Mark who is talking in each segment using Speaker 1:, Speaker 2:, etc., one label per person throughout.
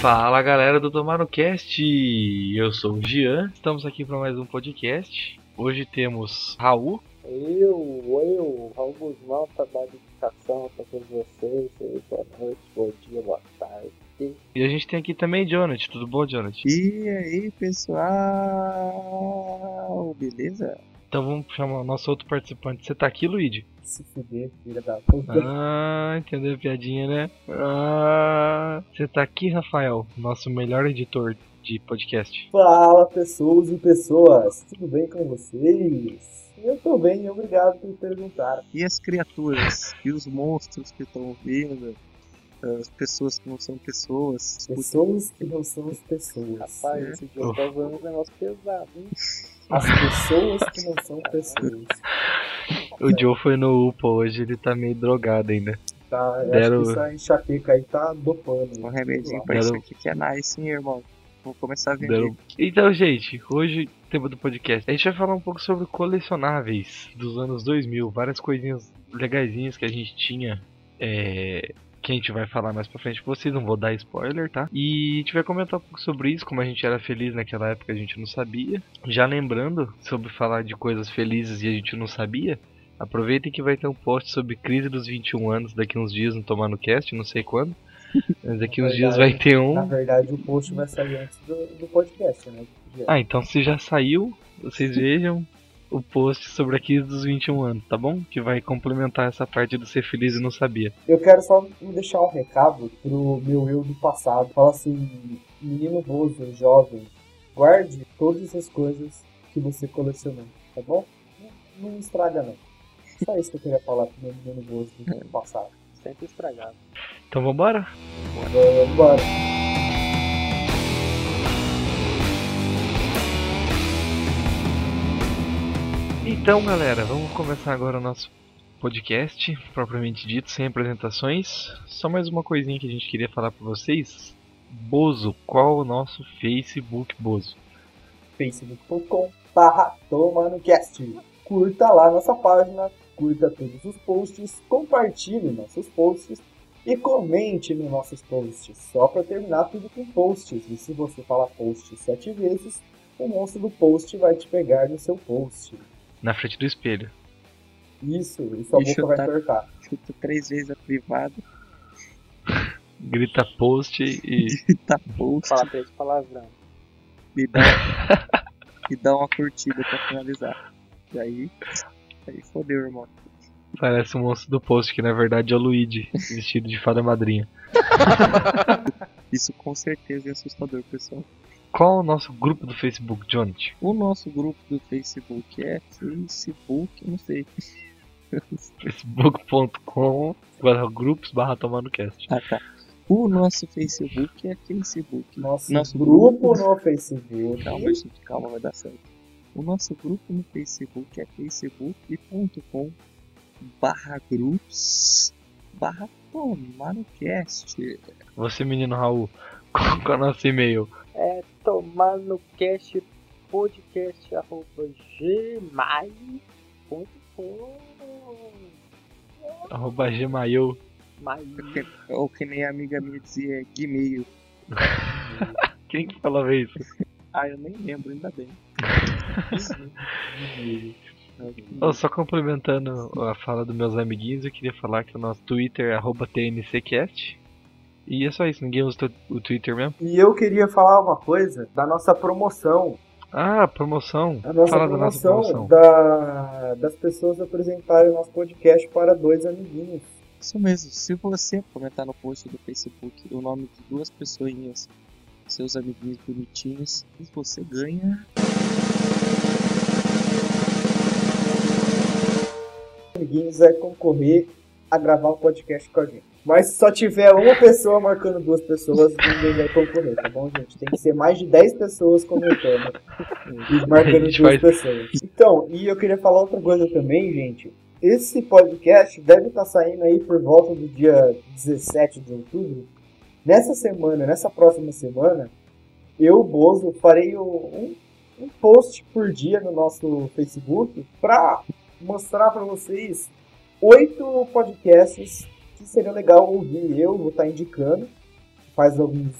Speaker 1: Fala galera do Tomar no Cast, eu sou o Gian, estamos aqui para mais um podcast. Hoje temos Raul.
Speaker 2: Raul Guzmão, trabalho de educação para todos vocês. Boa noite, bom dia, boa tarde.
Speaker 1: E a gente tem aqui também Jonathan, tudo bom, Jonathan?
Speaker 3: E aí, pessoal, beleza?
Speaker 1: Então vamos chamar o nosso outro participante. Você tá aqui, Luigi?
Speaker 2: Se fuder, filha da puta.
Speaker 1: Entendeu a piadinha, né? Você tá aqui, Rafael, nosso melhor editor de podcast.
Speaker 2: Fala, pessoas e pessoas, tudo bem com vocês? Eu tô bem, obrigado por perguntar.
Speaker 3: E as criaturas, e os monstros que estão ouvindo, as pessoas que não são pessoas.
Speaker 2: Pessoas que não são as pessoas.
Speaker 3: Rapaz,
Speaker 2: né?
Speaker 3: esse dia tá usando um negócio pesado, hein?
Speaker 2: As pessoas que não são pessoas.
Speaker 1: O Joe foi no UPA hoje, ele tá meio drogado ainda.
Speaker 2: Tá, eu
Speaker 1: Deram-
Speaker 2: acho que essa enxaqueca aí tá dopando.
Speaker 3: Um remedinho pra
Speaker 1: Deram-
Speaker 3: isso aqui que é nice, hein, irmão? Vou começar a vender.
Speaker 1: Então, gente, hoje, tema do podcast, a gente vai falar um pouco sobre colecionáveis dos anos 2000, várias coisinhas legaisinhas que a gente tinha, que a gente vai falar mais pra frente com vocês, não vou dar spoiler, tá? E a gente vai comentar um pouco sobre isso, como a gente era feliz naquela época, a gente não sabia. Já lembrando sobre falar de coisas felizes e a gente não sabia, aproveitem que vai ter um post sobre crise dos 21 anos daqui uns dias no Tomar no Cast, não sei quando. Mas daqui uns dias vai ter
Speaker 2: Na
Speaker 1: um.
Speaker 2: verdade, o post vai sair antes do podcast, né?
Speaker 1: Ah, então se já saiu, vocês vejam o post sobre a crise dos 21 anos, tá bom? Que vai complementar essa parte do ser feliz e não sabia.
Speaker 2: Eu quero só deixar um recado pro meu eu do passado. Fala assim, menino Bozo, jovem, guarde todas as coisas que você colecionou, tá bom? Não estraga não. Só isso que eu queria falar pro meu menino Bozo do passado.
Speaker 3: Sempre estragado.
Speaker 1: Então vambora?
Speaker 2: Bora.
Speaker 1: Então galera, vamos começar agora o nosso podcast, propriamente dito, sem apresentações. Só mais uma coisinha que a gente queria falar pra vocês. Bozo, qual o nosso Facebook, Bozo?
Speaker 2: facebook.com/tomanocast. Curta lá nossa página, curta todos os posts, compartilhe nossos posts e comente nos nossos posts. Só para terminar tudo com posts. E se você falar post 7 vezes, o monstro do post vai te pegar no seu post.
Speaker 1: Na frente do espelho.
Speaker 2: Isso, e sua
Speaker 3: E
Speaker 2: boca vai
Speaker 3: chutar.
Speaker 2: tortar.
Speaker 3: Chuta 3 vezes a privada.
Speaker 1: Grita post e...
Speaker 3: Tá post.
Speaker 2: Fala 3 palavrão.
Speaker 3: E dá uma curtida pra finalizar. E aí fodeu, irmão.
Speaker 1: Parece um monstro do post, que na verdade é o Luigi, vestido de fada madrinha.
Speaker 3: Isso com certeza é assustador, pessoal.
Speaker 1: Qual o nosso grupo do Facebook, Jonathan?
Speaker 3: O nosso grupo do Facebook é Facebook, não sei.
Speaker 1: facebook.com/grupos/tomanocast.
Speaker 3: Ah, tá. O nosso Facebook é Facebook.
Speaker 2: Nosso grupo no Facebook.
Speaker 3: Calma, gente, calma, vai dar certo. O nosso grupo no Facebook é facebook.com/groups/tomanocast.
Speaker 1: Você, menino Raul, qual é o nosso e-mail?
Speaker 2: É tomarnocast@gmail.com.
Speaker 1: @gmail.
Speaker 3: Ou que nem a amiga minha dizia, Gmail.
Speaker 1: Quem que falava isso?
Speaker 3: Ah, eu nem lembro, ainda bem.
Speaker 1: Oh, só complementando a fala dos meus amiguinhos, eu queria falar que o nosso Twitter é @tnccast. E é só isso, ninguém usa o Twitter mesmo.
Speaker 2: E eu queria falar uma coisa da nossa promoção.
Speaker 1: Ah, promoção.
Speaker 2: A nossa
Speaker 1: Fala da nossa
Speaker 2: promoção
Speaker 1: promoção.
Speaker 2: das pessoas apresentarem o nosso podcast para 2 amiguinhos.
Speaker 3: Isso mesmo, se você comentar no post do Facebook o nome de 2 pessoinhas, seus amiguinhos bonitinhos, você ganha.
Speaker 2: Amiguinhos vai concorrer a gravar um podcast com a gente. Mas se só tiver uma pessoa marcando 2 pessoas, ninguém vai concorrer, tá bom, gente? Tem que ser mais de 10 pessoas comentando e marcando
Speaker 1: A gente
Speaker 2: 2
Speaker 1: faz-
Speaker 2: pessoas. Então, e eu queria falar outra coisa também, gente. Esse podcast deve estar saindo aí por volta do dia 17 de outubro. Nessa próxima semana, eu, Bozo, farei um post por dia no nosso Facebook para mostrar para vocês 8 podcasts que seria legal ouvir. Eu vou estar indicando faz uns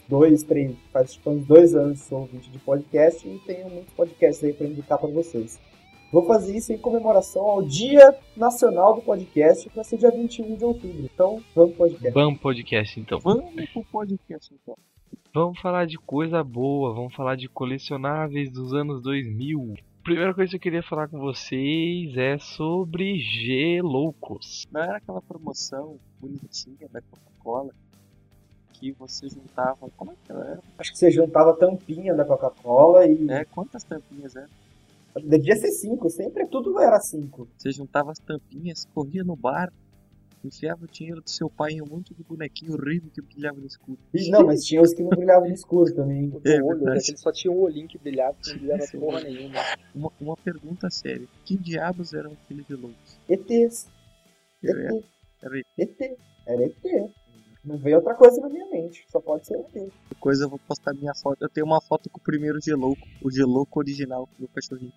Speaker 2: 2 anos que sou ouvinte de podcast e tenho muitos podcasts aí para indicar para vocês. Vou fazer isso em comemoração ao Dia Nacional do Podcast, que vai ser dia 21 de outubro. Então, vamos pro podcast.
Speaker 1: Vamos podcast então.
Speaker 3: Vamos pro podcast então.
Speaker 1: Vamos falar de coisa boa, vamos falar de colecionáveis dos anos 2000. Primeira coisa que eu queria falar com vocês é sobre Geloucos.
Speaker 3: Não era aquela promoção bonitinha da Coca-Cola que você juntava... Como é que ela era?
Speaker 2: Acho que você juntava a tampinha da Coca-Cola e...
Speaker 3: Quantas tampinhas eram?
Speaker 2: Devia ser 5, sempre tudo era 5.
Speaker 3: Você juntava as tampinhas, corria no bar, enfiava o dinheiro do seu pai em um monte de bonequinho horrível que brilhava no escuro.
Speaker 2: Não, mas tinha os que não brilhavam no escuro também.
Speaker 4: O do olho, aquele só tinha um olhinho que brilhava, que não brilhava porra nenhuma.
Speaker 3: Uma pergunta séria. Que diabos eram aqueles Geloucos?
Speaker 2: ETs.
Speaker 3: Era
Speaker 2: ET. Era ET. Não veio outra coisa na minha mente, só pode ser ET.
Speaker 3: Depois eu vou postar minha foto. Eu tenho uma foto com o primeiro Gelouco, o Gelouco original do cachorrinho.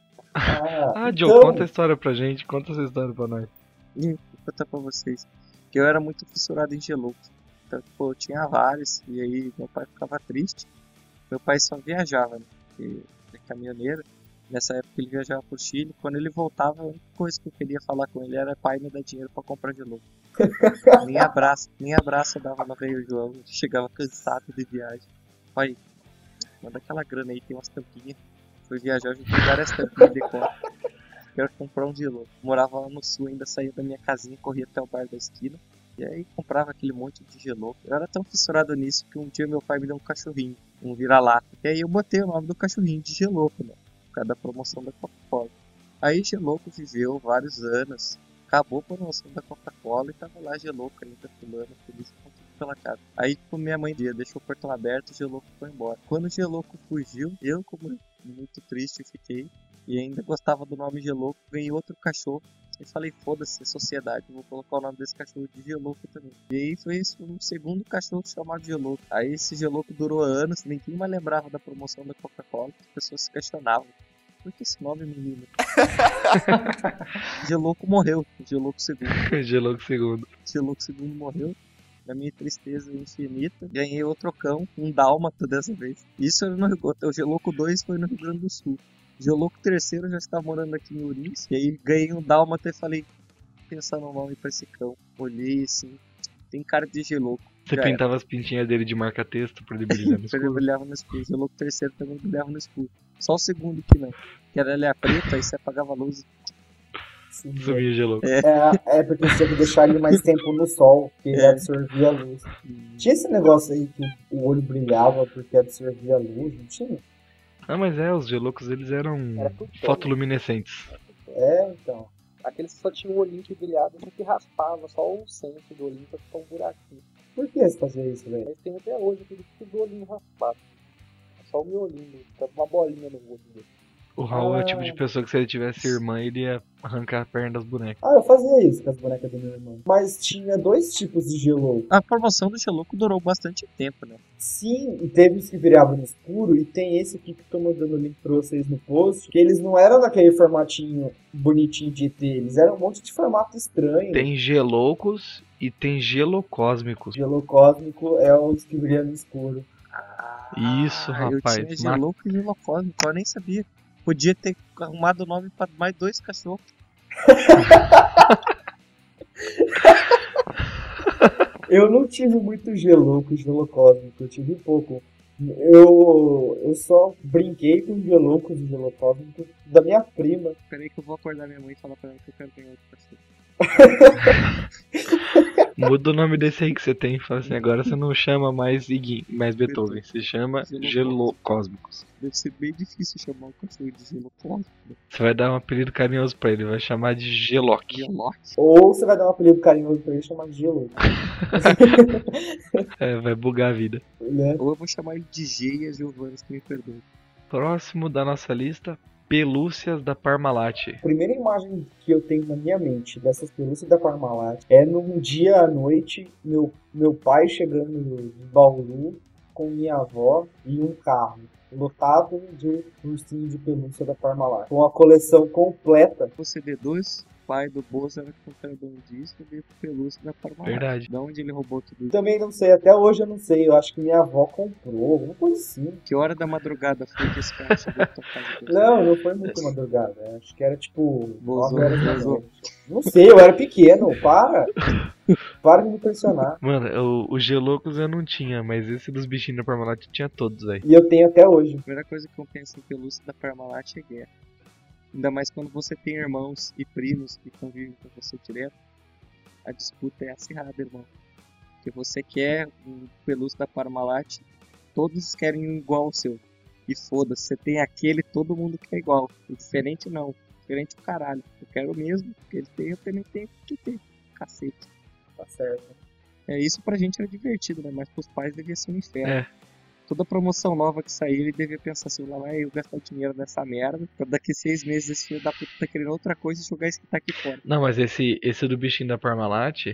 Speaker 1: Joe,
Speaker 2: então...
Speaker 1: conta a história pra gente, conta essa história pra nós.
Speaker 3: Vou contar pra vocês. Que eu era muito fissurado em Geloucos. Então, eu tinha vários, e aí meu pai ficava triste. Meu pai só viajava, né? Porque ele é caminhoneiro. Nessa época ele viajava pro Chile. Quando ele voltava, a única coisa que eu queria falar com ele era: pai, me dá dinheiro pra comprar Gelouco. nem abraço eu dava no velho João. Eu chegava cansado de viagem. Pai, manda aquela grana aí, tem umas tampinhas. Fui viajar, juntei várias tampinhas de conta. Quero comprar um Gelouco. Morava lá no sul, ainda saía da minha casinha, corria até o bar da esquina. E aí comprava aquele monte de Gelouco. Eu era tão fissurado nisso que um dia meu pai me deu um cachorrinho, um vira-lata. E aí eu botei o nome do cachorrinho de Gelouco, né? Por causa da promoção da Coca-Cola. Aí Gelouco viveu vários anos. Acabou a promoção da Coca-Cola e tava lá Gelouco ainda pulando, feliz com tudo pela casa. Aí minha mãe deixou o portão aberto e o Gelouco foi embora. Quando o Gelouco fugiu, eu, como muito triste, fiquei. E ainda gostava do nome Gelouco, ganhei outro cachorro. E falei, foda-se, sociedade, vou colocar o nome desse cachorro de Gelouco também. E aí foi isso, um segundo cachorro chamado Gelouco. Aí esse Gelouco durou anos, ninguém mais lembrava da promoção da Coca-Cola. As pessoas se questionavam. Por que esse nome, menino? Gelouco morreu, Gelouco segundo.
Speaker 1: Gelouco segundo.
Speaker 3: Gelouco segundo morreu. Na minha tristeza infinita, ganhei outro cão, um dálmata dessa vez. Isso era no Rio Grande. O Gelouco 2 foi no Rio Grande do Sul. Gelouco terceiro já estava morando aqui em Ourinhos. E aí ganhei um dálmata e falei, pensar no nome pra esse cão. Olhei assim, tem cara de Gelouco.
Speaker 1: Você
Speaker 3: Já
Speaker 1: pintava as pintinhas dele de marca-texto pra ele brilhar no
Speaker 3: Ele
Speaker 1: escuro?
Speaker 3: brilhava no escuro. O Gelouco terceiro também brilhava no escuro. Só o segundo que não. Que era ele a preta, aí você apagava a luz.
Speaker 1: Sumia Gelouco.
Speaker 2: É porque você tinha que deixar ele mais tempo no sol, porque ele absorvia a luz. Tinha esse negócio aí que o olho brilhava porque absorvia a luz, não tinha?
Speaker 1: Ah, mas os Geloucos eles eram
Speaker 4: Era tudo
Speaker 1: fotoluminescentes.
Speaker 2: Então.
Speaker 4: Aqueles só tinha um olhinho que brilhava, só que raspava só o centro do olhinho pra ficar um buraquinho.
Speaker 2: Por que você fazia isso, velho?
Speaker 4: Mas tem até hoje aquele tipo do olhinho raspado. Só o meu olhinho, tá uma bolinha no olho dele.
Speaker 1: O Raul é o tipo de pessoa que se ele tivesse irmã, ele ia arrancar a perna das bonecas.
Speaker 2: Eu fazia isso com as bonecas do meu irmão. Mas tinha 2 tipos de Gelouco.
Speaker 3: A promoção do Gelouco durou bastante tempo, né?
Speaker 2: Sim, e teve os que brilhavam no escuro, e tem esse aqui que eu tô mandando o link pra vocês no post, que eles não eram naquele formatinho bonitinho de ET, eles eram um monte de formato estranho.
Speaker 1: Tem Geloucos e tem Gelocósmicos.
Speaker 2: Gelocósmico é os que brilham no escuro.
Speaker 1: Isso, rapaz.
Speaker 3: Eu tinha Gelouco e Gelocósmico, eu nem sabia. Podia ter arrumado o nome pra mais 2 cachorros.
Speaker 2: Eu não tive muito Gelouco e Gelocósmico, eu tive pouco. Eu só brinquei com Geloucos e Gelocósmico da minha prima.
Speaker 3: Peraí que eu vou acordar minha mãe e falar pra ela que eu quero ganhar outro cachorro.
Speaker 1: Muda o nome desse aí que você tem. Fala assim, agora você não chama mais mais Beethoven. Você chama Gelocósmicos.
Speaker 3: Deve ser bem difícil chamar um cachorro de Gelocósmico.
Speaker 1: Você vai dar um apelido carinhoso pra ele. Vai chamar de Geloc.
Speaker 3: Geloc?
Speaker 2: Ou você vai dar um apelido carinhoso pra ele e chamar de Gelouco.
Speaker 1: Vai bugar a vida.
Speaker 2: Né?
Speaker 3: Ou eu vou chamar ele de G e a Giovanna, que me perdoe.
Speaker 1: Próximo da nossa lista, pelúcias da Parmalat.
Speaker 2: A primeira imagem que eu tenho na minha mente dessas pelúcias da Parmalat é num dia à noite, meu pai chegando de Bauru com minha avó e um carro lotado de ursinho de pelúcia da Parmalat, com a coleção completa.
Speaker 3: O CD2, pai do Bozo era contrabandista e veio pro pelúcia da Parmalat.
Speaker 1: Verdade.
Speaker 3: De onde ele roubou tudo isso?
Speaker 2: Também não sei, até hoje eu não sei. Eu acho que minha avó comprou, alguma coisa assim.
Speaker 3: Que hora da madrugada foi que esse cara chegou à tua casa?
Speaker 2: Não foi muito madrugada. Acho que era tipo 9 horas da
Speaker 3: Bozou.
Speaker 2: noite. Não sei, eu era pequeno. Para de me pressionar.
Speaker 1: Mano, o Geloucos eu não tinha, mas esse dos bichinhos da Parmalat tinha todos, velho.
Speaker 2: E eu tenho até hoje.
Speaker 3: A primeira coisa que eu penso em pelúcia da Parmalat é guerra. Ainda mais quando você tem irmãos e primos que convivem com você direto. A disputa é acirrada, irmão. Porque você quer o pelúcia da Parmalat, todos querem um igual ao seu. E foda-se, você tem aquele, todo mundo quer igual. O diferente não. Diferente o caralho. Eu quero o mesmo, porque ele tem, eu também tenho que ter. Cacete.
Speaker 2: Tá certo.
Speaker 3: Isso pra gente era divertido, né? Mas pros pais devia ser um inferno.
Speaker 1: É.
Speaker 3: Toda promoção nova que sair, ele devia pensar assim, lá vai eu gastar dinheiro nessa merda, pra daqui 6 meses esse filho da puta tá querendo outra coisa e jogar isso que tá aqui fora.
Speaker 1: Não, mas esse do bichinho da Parmalat,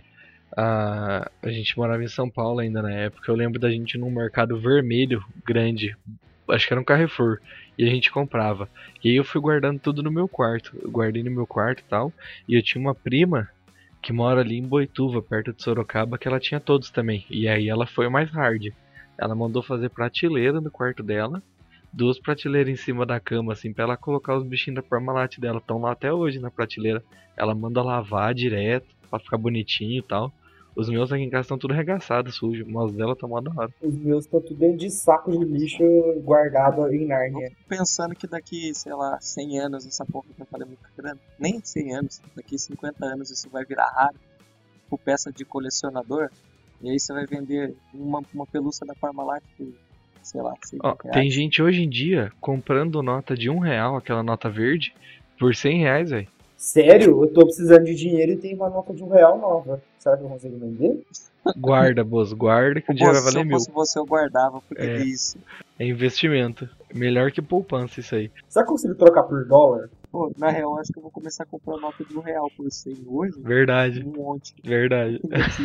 Speaker 1: a gente morava em São Paulo ainda na época. Eu lembro da gente num mercado vermelho grande, acho que era um Carrefour, e a gente comprava. E aí eu fui guardando tudo no meu quarto. Eu guardei no meu quarto e tal, e eu tinha uma prima que mora ali em Boituva, perto de Sorocaba, que ela tinha todos também. E aí ela foi o mais hard. Ela mandou fazer prateleira no quarto dela, 2 prateleiras em cima da cama, assim, pra ela colocar os bichinhos da Parmalat dela. Estão lá até hoje na prateleira. Ela manda lavar direto, pra ficar bonitinho e tal. Os meus aqui em casa estão tudo arregaçados, sujos, mas os dela tá mó da hora.
Speaker 2: Os meus estão tudo dentro de saco de lixo guardado em Nárnia.
Speaker 3: Pensando que daqui, sei lá, 100 anos essa porra vai valer muita grana. Nem 100 anos, daqui 50 anos isso vai virar raro, por peça de colecionador. E aí você vai vender uma pelúcia da Parmalat por, sei lá, 6
Speaker 1: Ó,
Speaker 3: reais.
Speaker 1: tem gente hoje em dia comprando nota de R$1, aquela nota verde, por R$100, velho.
Speaker 2: Sério? Eu tô precisando de dinheiro e tem uma nota de R$1 nova. Será que eu consigo vender?
Speaker 1: Guarda, Bozo, guarda que o dinheiro vai
Speaker 3: Se
Speaker 1: valer
Speaker 3: eu
Speaker 1: 1000.
Speaker 3: fosse você, eu guardava, porque
Speaker 1: É.
Speaker 3: é isso.
Speaker 1: É investimento. Melhor que poupança isso aí.
Speaker 2: Será que eu consigo trocar por dólar?
Speaker 3: Pô, na real, eu acho que eu vou começar a comprar nota de R$1 por 100 hoje.
Speaker 1: Verdade,
Speaker 3: Um monte.
Speaker 1: verdade.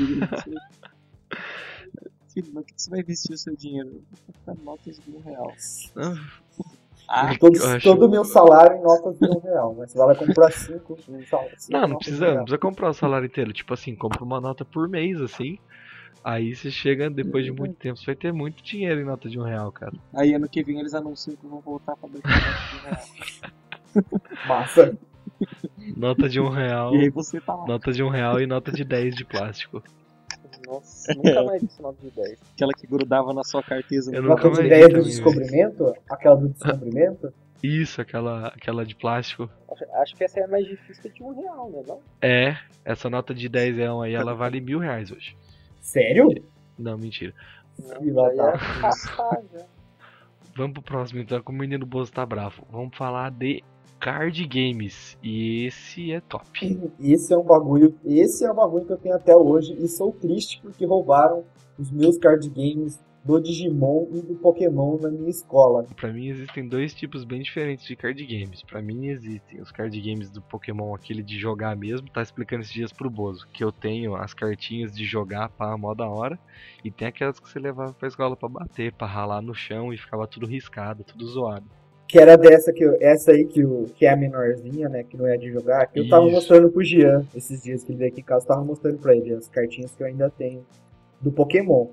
Speaker 3: Filho, no que você vai investir o seu dinheiro? Eu vou comprar notas de R$1.
Speaker 1: Ah,
Speaker 2: Todo
Speaker 1: eu acho-
Speaker 2: o meu salário em notas de R$1. Mas você vai lá comprar 5
Speaker 1: Não precisa comprar o salário inteiro. Tipo assim, compra uma nota por mês, assim. Aí você chega, depois de muito tempo, você vai ter muito dinheiro em nota de R$1, cara.
Speaker 3: Aí ano que vem eles anunciam que vão voltar a fabricar notas de R$1.
Speaker 2: Massa.
Speaker 1: Nota de R$1,
Speaker 3: E aí você tá lá.
Speaker 1: nota de R$1 e nota de 10 de plástico.
Speaker 4: Nossa, nunca mais disse nota de 10.
Speaker 3: Aquela que grudava na sua carteza.
Speaker 1: Eu
Speaker 3: no
Speaker 1: nunca
Speaker 2: Nota de
Speaker 1: mais
Speaker 2: 10
Speaker 1: vi
Speaker 2: do
Speaker 1: também,
Speaker 2: descobrimento? Aquela do descobrimento?
Speaker 1: Isso, aquela de plástico.
Speaker 4: Acho que essa é a mais difícil de R$1, né? Não?
Speaker 1: É, essa nota de 10 aí, ela vale R$1.000 hoje.
Speaker 2: Sério?
Speaker 1: Não, mentira.
Speaker 2: Fila
Speaker 4: Aí
Speaker 2: da-
Speaker 4: é caçar já.
Speaker 1: Vamos pro próximo então, que o menino Bozo tá bravo. Vamos falar de card games. E esse é top.
Speaker 2: Esse é um bagulho que eu tenho até hoje e sou triste porque roubaram os meus card games do Digimon e do Pokémon na minha escola.
Speaker 1: Pra mim existem 2 tipos bem diferentes de card games. Pra mim existem os card games do Pokémon, aquele de jogar mesmo, tá explicando esses dias pro Bozo, que eu tenho as cartinhas de jogar pá, mó da hora, e tem aquelas que você levava pra escola pra bater, pra ralar no chão e ficava tudo riscado, tudo zoado.
Speaker 2: Que era essa aí que é a menorzinha, né? Que não é de jogar. Que eu tava
Speaker 1: Isso.
Speaker 2: mostrando pro Jean esses dias que ele veio aqui em casa. Eu tava mostrando pra ele as cartinhas que eu ainda tenho do Pokémon.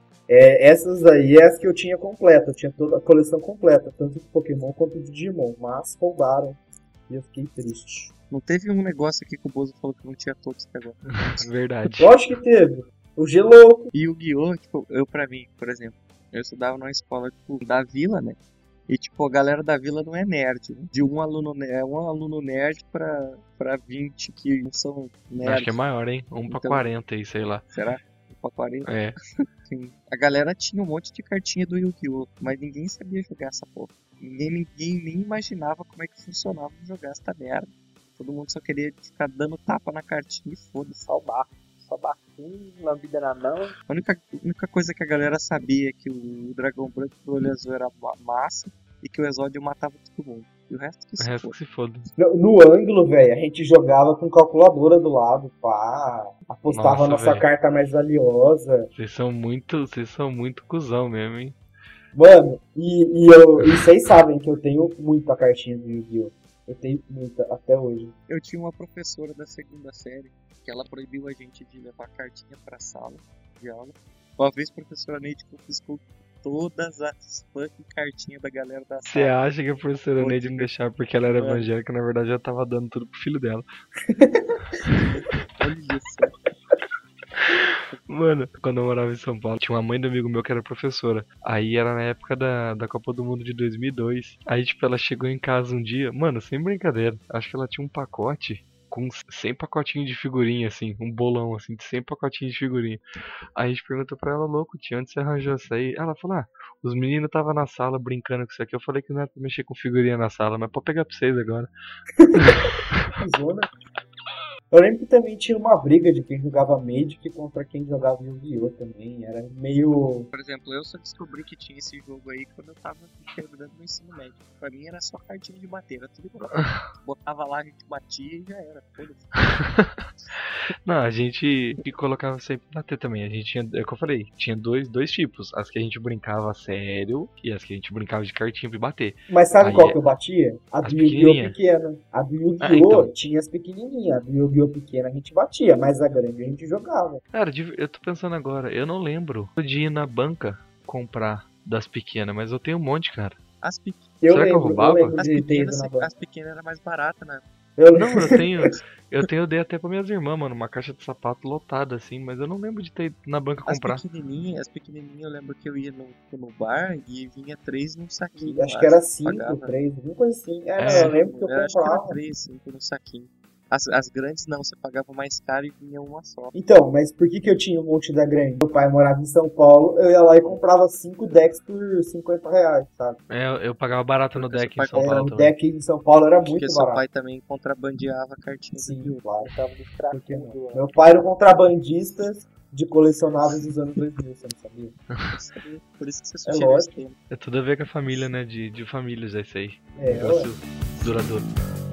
Speaker 2: Essas aí é as que eu tinha completa. Eu tinha toda a coleção completa, tanto do Pokémon quanto do Digimon. Mas roubaram e eu fiquei triste.
Speaker 3: Não teve um negócio aqui que o Bozo falou que não tinha todos até agora.
Speaker 1: Verdade.
Speaker 2: Lógico que teve. O Gelouco.
Speaker 3: E o Guiô, tipo, pra mim, por exemplo, eu estudava numa escola, tipo, da vila, né? E, tipo, a galera da vila não é nerd, né? De um aluno nerd pra 20 que não são nerds.
Speaker 1: Acho que é maior, hein? 1 pra
Speaker 3: Então-
Speaker 1: 40 aí, sei lá.
Speaker 3: Será? Pra 40?
Speaker 1: É.
Speaker 3: Enfim, a galera tinha um monte de cartinha do Yu-Gi-Oh! Mas ninguém sabia jogar essa porra. Ninguém nem imaginava como é que funcionava jogar essa merda. Todo mundo só queria ficar dando tapa na cartinha e foda-se.
Speaker 4: Só barquinho, lambida na mão.
Speaker 3: A única coisa que a galera sabia é que o dragão branco do olho azul era massa e que o Exódio matava todo mundo. E o resto que
Speaker 1: O
Speaker 3: se
Speaker 1: resto
Speaker 3: for.
Speaker 1: que se foda.
Speaker 2: No ângulo, velho, a gente jogava com calculadora do lado, pá. Apostava
Speaker 1: Nossa,
Speaker 2: a nossa
Speaker 1: velho.
Speaker 2: carta mais valiosa.
Speaker 1: Vocês são muito cuzão mesmo, hein?
Speaker 2: Mano, e vocês sabem que eu tenho muita cartinha do Yu-Gi-Oh! Eu tenho muita até hoje.
Speaker 3: Eu tinha uma professora da segunda série que ela proibiu a gente de levar cartinha pra sala de aula. Uma vez a professora Neide confiscou todas as fucking cartinhas da galera da
Speaker 1: Você
Speaker 3: sala.
Speaker 1: acha que a professora Neide não deixava porque ela era evangélica, na verdade ela tava dando tudo pro filho dela.
Speaker 3: Olha isso.
Speaker 1: Mano, quando eu morava em São Paulo, tinha uma mãe do amigo meu que era professora. Aí era na época da Copa do Mundo de 2002. Aí, tipo, ela chegou em casa um dia, mano, sem brincadeira. Acho que ela tinha um pacote com 100 pacotinhos de figurinha, assim, um bolão, assim, de 100 pacotinhos de figurinha. Aí a gente perguntou pra ela, louco, tia, onde você arranjou isso aí? Ela falou, os meninos estavam na sala brincando com isso aqui. Eu falei que não era pra mexer com figurinha na sala, mas pode pegar pra vocês agora.
Speaker 2: Zona. Eu lembro que também tinha uma briga de quem jogava Magic contra quem jogava Yu-Gi-Oh! Também. Era meio...
Speaker 3: Por exemplo, eu só descobri que tinha esse jogo aí quando eu tava terminando meu ensino médio. Pra mim era só cartinha de bater, era tudo igual. Botava lá, a gente batia e já era. Foda-se.
Speaker 1: Não, a gente colocava sempre bater também. A gente tinha, é o que eu falei, tinha dois tipos. As que a gente brincava a sério e as que a gente brincava de cartinha pra bater.
Speaker 2: Mas sabe
Speaker 1: Aí
Speaker 2: qual que eu batia? A
Speaker 1: as
Speaker 2: do Yu-Gi-Oh!
Speaker 1: pequenininhas.
Speaker 2: Pequena. A do Yu-Gi-Oh!
Speaker 1: Então.
Speaker 2: Tinha as pequenininhas. A do Yu-Gi-Oh! Pequena a gente batia, mas a grande a gente jogava.
Speaker 1: Cara, eu tô pensando agora, eu não lembro de ir na banca comprar das pequenas, mas eu tenho um monte, cara.
Speaker 3: As pequenas.
Speaker 1: Será que eu roubava?
Speaker 2: De ter ido na banca.
Speaker 3: As pequenas eram mais baratas, né?
Speaker 1: Não, eu dei até pra minhas irmãs, mano, uma caixa de sapato lotada, assim, mas eu não lembro de ter ido na banca comprar.
Speaker 3: As pequenininhas, eu lembro que eu ia no bar e vinha 3 num saquinho.
Speaker 2: Acho que era 5, 3, alguma coisa assim. Eu lembro que eu comprava.
Speaker 3: Acho que era 3, 5 no saquinho. As grandes não, você pagava mais caro e vinha uma só.
Speaker 2: Então, mas por que eu tinha um monte da grande? Meu pai morava em São Paulo, eu ia lá e comprava 5 decks por R$50, sabe?
Speaker 1: Eu pagava barato no deck em
Speaker 3: pai
Speaker 1: São Paulo
Speaker 2: O
Speaker 1: também.
Speaker 2: deck em São Paulo era muito
Speaker 3: Porque
Speaker 2: barato.
Speaker 3: seu pai também contrabandeava cartinhas.
Speaker 2: Sim, claro.
Speaker 4: Tava no
Speaker 2: Por que não?
Speaker 4: cracudo.
Speaker 2: Meu pai era um contrabandista de colecionáveis dos anos 2000, você não sabia?
Speaker 3: Por isso que você
Speaker 2: É
Speaker 3: sugeriu esse
Speaker 2: lógico.
Speaker 3: tema.
Speaker 1: É tudo a ver com a família, né? De famílias, é isso aí.
Speaker 2: É,
Speaker 1: Negócio duradouro.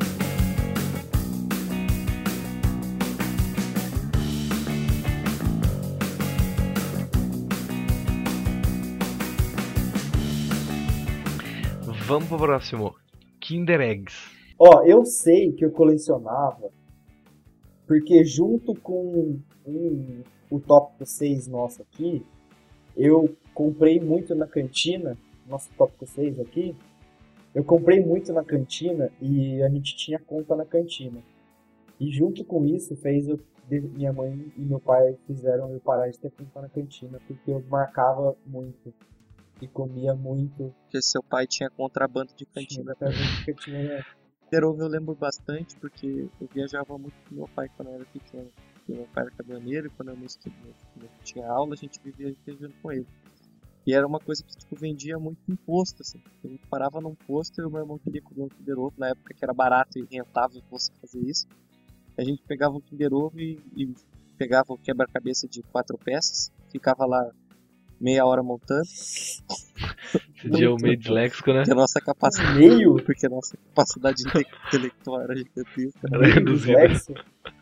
Speaker 1: Vamos pro próximo. Kinder Eggs.
Speaker 2: Ó, eu sei que eu colecionava porque junto com o tópico 6 nosso aqui, eu comprei muito na cantina, nosso tópico 6 aqui, eu comprei muito na cantina e a gente tinha conta na cantina. E junto com isso minha mãe e meu pai fizeram eu parar de ter conta na cantina, porque eu marcava muito e comia muito.
Speaker 3: Porque seu pai tinha contrabando de cantina.
Speaker 2: Cantina.
Speaker 3: Kinder Ovo eu lembro bastante porque eu viajava muito com meu pai quando eu era pequeno. Porque meu pai era caminhoneiro e quando eu não tinha aula a gente vivia viajando com ele. E era uma coisa que tipo, vendia muito em posto, assim. A gente parava num posto e o meu irmão queria comer um Kinder Ovo, na época que era barato e rentável você fazer isso. A gente pegava o Kinder Ovo e pegava o quebra-cabeça de 4 peças, ficava lá meia hora montando.
Speaker 1: Esse dia eu meio disléxico, né?
Speaker 3: Porque a nossa capacidade,
Speaker 2: Meio?
Speaker 3: porque a nossa capacidade intelectual era gigantesca.
Speaker 1: Era reduzida.
Speaker 2: Dislexo?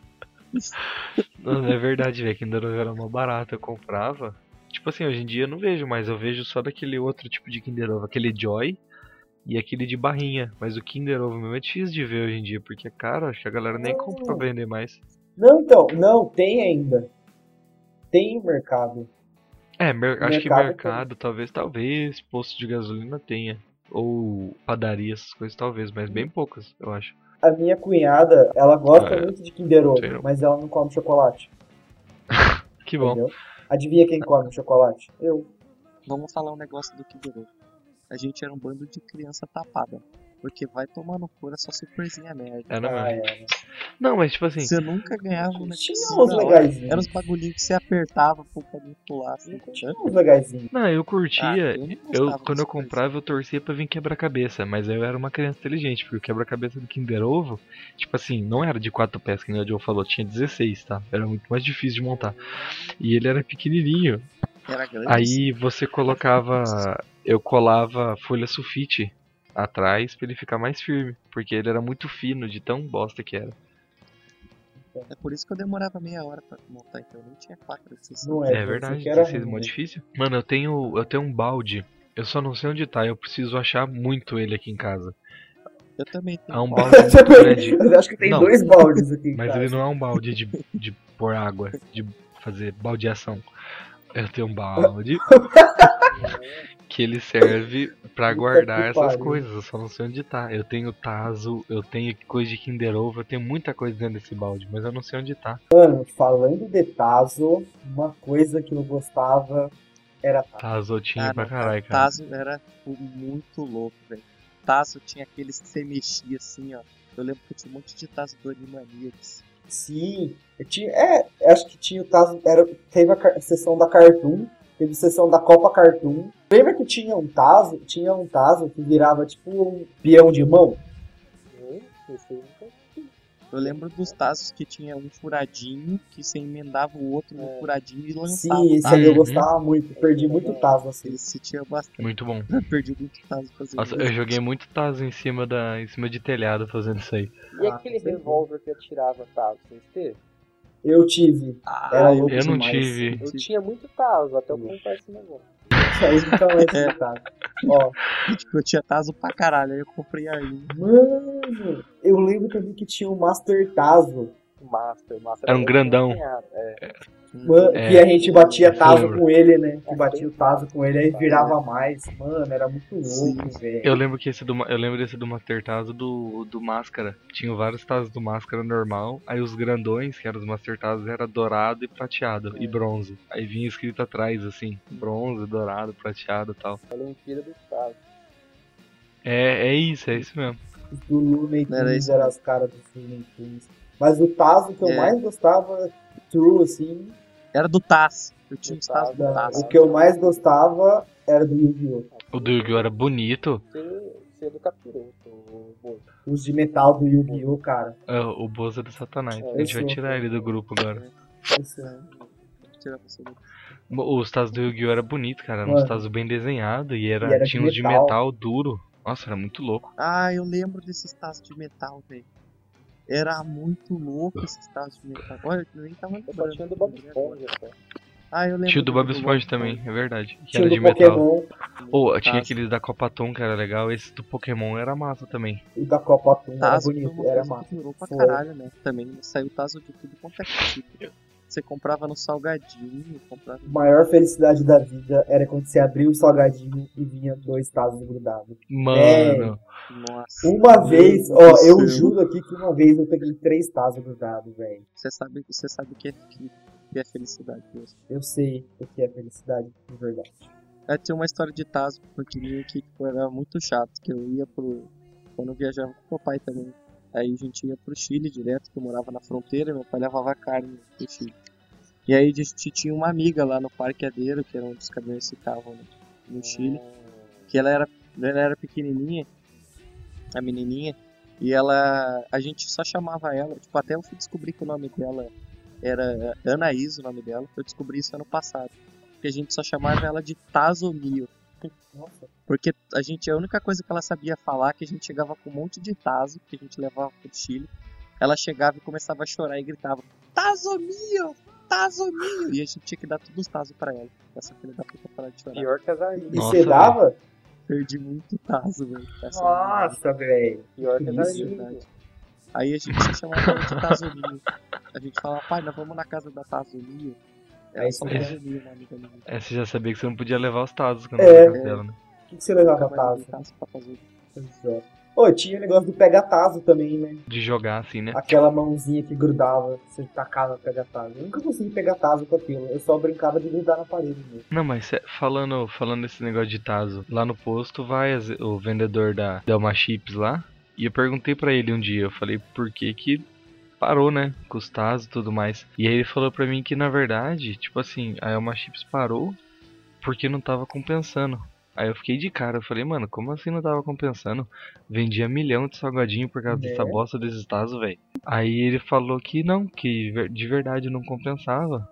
Speaker 1: Não, é verdade, velho. Kinder Ovo era mó barato, eu comprava. Tipo assim, hoje em dia eu não vejo mais, eu vejo só daquele outro tipo de Kinder Ovo, aquele Joy e aquele de barrinha. Mas o Kinder Ovo mesmo é difícil de ver hoje em dia, porque, cara, acho que a galera nem compra pra vender mais.
Speaker 2: Não, então, não, tem ainda. Tem mercado.
Speaker 1: Acho que
Speaker 2: Mercado
Speaker 1: mercado, talvez, posto de gasolina tenha. Ou padaria, essas coisas talvez, mas bem poucas, eu acho.
Speaker 2: A minha cunhada, ela gosta
Speaker 1: É,
Speaker 2: muito de Kinder Ovo,
Speaker 1: sei não.
Speaker 2: mas ela não come chocolate.
Speaker 1: Que bom.
Speaker 2: Entendeu? Adivinha quem come chocolate? Eu.
Speaker 3: Vamos falar um negócio do Kinder Ovo. A gente era um bando de criança tapada. Porque vai tomar no cu, era só surpresinha merda.
Speaker 1: Era mesmo.
Speaker 2: É.
Speaker 1: Não, mas tipo assim,
Speaker 3: Você nunca ganhava um negócio
Speaker 2: Tinha uns
Speaker 3: da hora.
Speaker 2: legaizinhos.
Speaker 3: Era uns bagulhinhos que você apertava pro caminho pular. Assim,
Speaker 2: Tinha uns legaizinhos.
Speaker 1: não, eu curtia.
Speaker 3: não gostava
Speaker 1: Quando eu
Speaker 3: dessas
Speaker 1: comprava, eu torcia pra vir quebra-cabeça, mas eu era uma criança inteligente, porque o quebra-cabeça do Kinder Ovo, tipo assim, não era de 4 peças, que nem o Joe falou, tinha 16, tá? Era muito mais difícil de montar. E ele era pequenininho.
Speaker 3: Era grande.
Speaker 1: Aí você colocava. Eu colava folha sulfite atrás pra ele ficar mais firme, porque ele era muito fino, de tão bosta que era.
Speaker 3: É por isso que eu demorava meia hora pra montar, então eu nem tinha 4 desses.
Speaker 2: Não
Speaker 1: É
Speaker 2: é,
Speaker 1: verdade,
Speaker 2: que era
Speaker 1: 16 é
Speaker 2: ruim,
Speaker 1: mó
Speaker 2: né?
Speaker 1: difícil. Mano, eu tenho um balde. Eu só não sei onde tá, eu preciso achar muito ele aqui em casa.
Speaker 3: Eu também
Speaker 1: É
Speaker 3: tenho.
Speaker 1: um balde muito grande.
Speaker 2: Eu acho que tem
Speaker 1: Não.
Speaker 2: 2 baldes aqui.
Speaker 1: Mas
Speaker 2: cara.
Speaker 1: ele não é um balde de pôr água, de fazer baldeação. Eu tenho um balde que ele serve pra
Speaker 2: Puta
Speaker 1: guardar
Speaker 2: que
Speaker 1: essas
Speaker 2: pariu.
Speaker 1: coisas, eu só não sei onde tá. Eu tenho tazo, eu tenho coisa de Kinder Ovo, eu tenho muita coisa dentro desse balde, mas eu não sei onde tá.
Speaker 2: Mano, falando de Tazo, uma coisa que eu gostava era Tazo.
Speaker 1: Tazo eu tinha
Speaker 3: Ah,
Speaker 1: pra
Speaker 3: não,
Speaker 1: caralho, cara.
Speaker 3: Tazo era tipo, muito louco, velho. Tazo tinha aqueles que você mexia assim, ó. Eu lembro que eu tinha um monte de Tazo do Animaniacs.
Speaker 2: Sim, eu tinha. Acho que tinha o Tazo. Teve a sessão da Cartoon, teve a sessão da Copa Cartoon. Lembra que tinha um Tazo? Tinha um Tazo que virava tipo um peão de mão?
Speaker 4: Esse aí nunca assisti.
Speaker 3: Eu lembro dos Tazos que tinha um furadinho, que você emendava o outro no furadinho e lançava
Speaker 2: Sim,
Speaker 3: o
Speaker 2: esse
Speaker 3: Tazo.
Speaker 2: aí eu
Speaker 1: Uhum.
Speaker 2: gostava muito. Perdi muito Tazo assim.
Speaker 3: Esse tinha bastante.
Speaker 1: Muito bom.
Speaker 3: Eu perdi muito Tazo fazendo
Speaker 1: Nossa,
Speaker 3: isso.
Speaker 1: eu joguei muito Tazo em cima de telhado fazendo isso aí.
Speaker 4: E
Speaker 2: Ah,
Speaker 4: aquele
Speaker 2: com certeza.
Speaker 4: revólver que atirava Tazo, vocês teve?
Speaker 2: Eu tive.
Speaker 3: Ah,
Speaker 2: Era louco
Speaker 1: Eu não
Speaker 2: demais.
Speaker 1: tive.
Speaker 4: Eu tinha muito Tazo, até eu comprar esse negócio.
Speaker 2: Aí nunca mais tive Tazo. Ó,
Speaker 3: Tipo, eu tinha Tazo pra caralho, aí eu comprei aí.
Speaker 2: mano, eu lembro também que tinha o Master Tazo.
Speaker 4: Master
Speaker 1: Era um grandão.
Speaker 2: Mano,
Speaker 1: É,
Speaker 2: que a gente batia
Speaker 1: eu
Speaker 2: Tazo
Speaker 1: lembro.
Speaker 2: com ele, né? Que batia o Tazo com ele, aí virava mais. Mano, era muito louco,
Speaker 3: Sim.
Speaker 2: velho.
Speaker 1: Eu lembro desse do Master Tazo do Máscara. Tinha vários Tazos do Máscara normal. Aí os grandões, que eram os Master Tazos, era dourado e prateado. E bronze. Aí vinha escrito atrás, assim. Bronze, dourado, prateado e tal.
Speaker 4: A Olimpíada dos Tazos.
Speaker 1: É isso mesmo.
Speaker 2: Os do Looney
Speaker 3: Era
Speaker 2: Tunes
Speaker 3: isso
Speaker 2: eram
Speaker 3: mesmo.
Speaker 2: as caras dos Looney Tunes. Mas o Tazo que eu
Speaker 3: É.
Speaker 2: mais gostava, true, assim,
Speaker 3: Era do Taz. Eu tinha os Taz do
Speaker 2: o
Speaker 3: Taz.
Speaker 2: que eu mais gostava era do Yu-Gi-Oh!
Speaker 1: O do Yu-Gi-Oh! Era bonito.
Speaker 4: Você é do capiroto, o Bozo.
Speaker 2: Os de metal do Yu-Gi-Oh! Cara.
Speaker 1: O Bozo do Satanás. A gente vai
Speaker 2: eu sou.
Speaker 1: tirar ele do grupo agora.
Speaker 2: Isso é.
Speaker 3: Tirar você do-
Speaker 1: Os Tazos do Yu-Gi-Oh! Era bonito, cara. Era uns
Speaker 2: Mano.
Speaker 1: Tazos bem desenhados e
Speaker 2: E era de
Speaker 1: tinha uns de
Speaker 2: metal.
Speaker 1: metal duro. Nossa, era muito louco.
Speaker 3: Ah, eu lembro desses Tazos de metal, velho. Era muito louco esses Tazos de metal. Olha, eu nem tava
Speaker 4: Eu só
Speaker 3: lembrando.
Speaker 4: tinha do Bob Esponja, cara.
Speaker 3: Ah, eu lembro.
Speaker 1: Tinha o do Bob Esponja também, é verdade. Que
Speaker 2: Tinha
Speaker 1: era
Speaker 2: o
Speaker 1: de
Speaker 2: do
Speaker 1: metal.
Speaker 2: Pokémon,
Speaker 1: Ou tinha
Speaker 3: Tazo.
Speaker 1: aqueles da Copa Tom que era legal. Esse do Pokémon era massa também.
Speaker 2: o da Copa Atum era
Speaker 3: Tazo foi
Speaker 2: bonito,
Speaker 3: uma
Speaker 2: era
Speaker 3: coisa
Speaker 2: massa.
Speaker 3: que durou pra
Speaker 2: Foi.
Speaker 3: caralho, né? Também saiu Tazo de tudo quanto é tipo. Você comprava no salgadinho, comprava.
Speaker 2: A maior felicidade da vida era quando você abria o salgadinho e vinha 2 Tazos grudados.
Speaker 1: Mano,
Speaker 3: Nossa.
Speaker 2: Uma
Speaker 3: Meu
Speaker 2: vez,
Speaker 3: Deus
Speaker 2: ó,
Speaker 3: do
Speaker 2: eu
Speaker 3: céu.
Speaker 2: juro aqui que uma vez eu peguei 3 Tazos grudados, velho.
Speaker 3: Você sabe o que é felicidade mesmo.
Speaker 2: Eu sei o que é felicidade, de verdade.
Speaker 3: Tinha uma história de Tazo pequenininho que tipo, era muito chato, que eu ia quando eu viajava com meu pai também. Aí a gente ia pro Chile direto, que eu morava na fronteira, meu pai levava carne pro Chile. E aí a gente tinha uma amiga lá no Parqueadeiro, que era onde os caminhões ficavam no Chile, que ela era pequenininha, a menininha, e a gente só chamava ela, tipo, até eu fui descobrir que o nome dela era Anaís, o nome dela, eu descobri isso ano passado, porque a gente só chamava ela de Tazomio.
Speaker 2: Nossa.
Speaker 3: Porque a única coisa que ela sabia falar, que a gente chegava com um monte de tazo, que a gente levava pro Chile, ela chegava e começava a chorar e gritava, Tazomio! Tazomio! E a gente tinha que dar todos os tazos pra ela, pra essa filha da puta parar de chorar.
Speaker 4: Pior que as arminhas.
Speaker 2: E
Speaker 1: Nossa,
Speaker 2: você dava?
Speaker 3: Perdi muito tazo, velho.
Speaker 2: Nossa, velho.
Speaker 4: Pior que as
Speaker 2: Isso,
Speaker 4: arminhas.
Speaker 3: Aí a gente se chamava ela de Tazomio. A gente falava, pai, nós vamos na casa da Tazomio. Era
Speaker 2: Aí
Speaker 3: só
Speaker 2: você-
Speaker 3: Tazomio, uma amiga minha.
Speaker 1: Você já sabia que você não podia levar os Tazos quando
Speaker 2: É.
Speaker 1: era na casa dela, né?
Speaker 2: O que você levava
Speaker 3: Nunca mais
Speaker 2: Tazo?
Speaker 3: dei tazo pra Tazomio.
Speaker 2: Exato. Ô, tinha o negócio do pega-tazo também, né?
Speaker 1: De jogar assim, né?
Speaker 2: Aquela mãozinha que grudava, você tacava pega-tazo. Eu nunca consegui pegar tazo com aquilo, eu só brincava de grudar na parede mesmo.
Speaker 1: Não, mas falando desse negócio de Tazo, lá no posto vai o vendedor da Delma Chips lá, e eu perguntei pra ele um dia, eu falei por que parou, né, com os Tazos e tudo mais. E aí ele falou pra mim que na verdade, tipo assim, a Delma Chips parou porque não tava compensando. Aí eu fiquei de cara, eu falei, mano, como assim não tava compensando? Vendia 1 milhão de salgadinho por causa
Speaker 2: Né?
Speaker 1: dessa bosta desses Tazos, velho. Aí ele falou que não, que de verdade não compensava.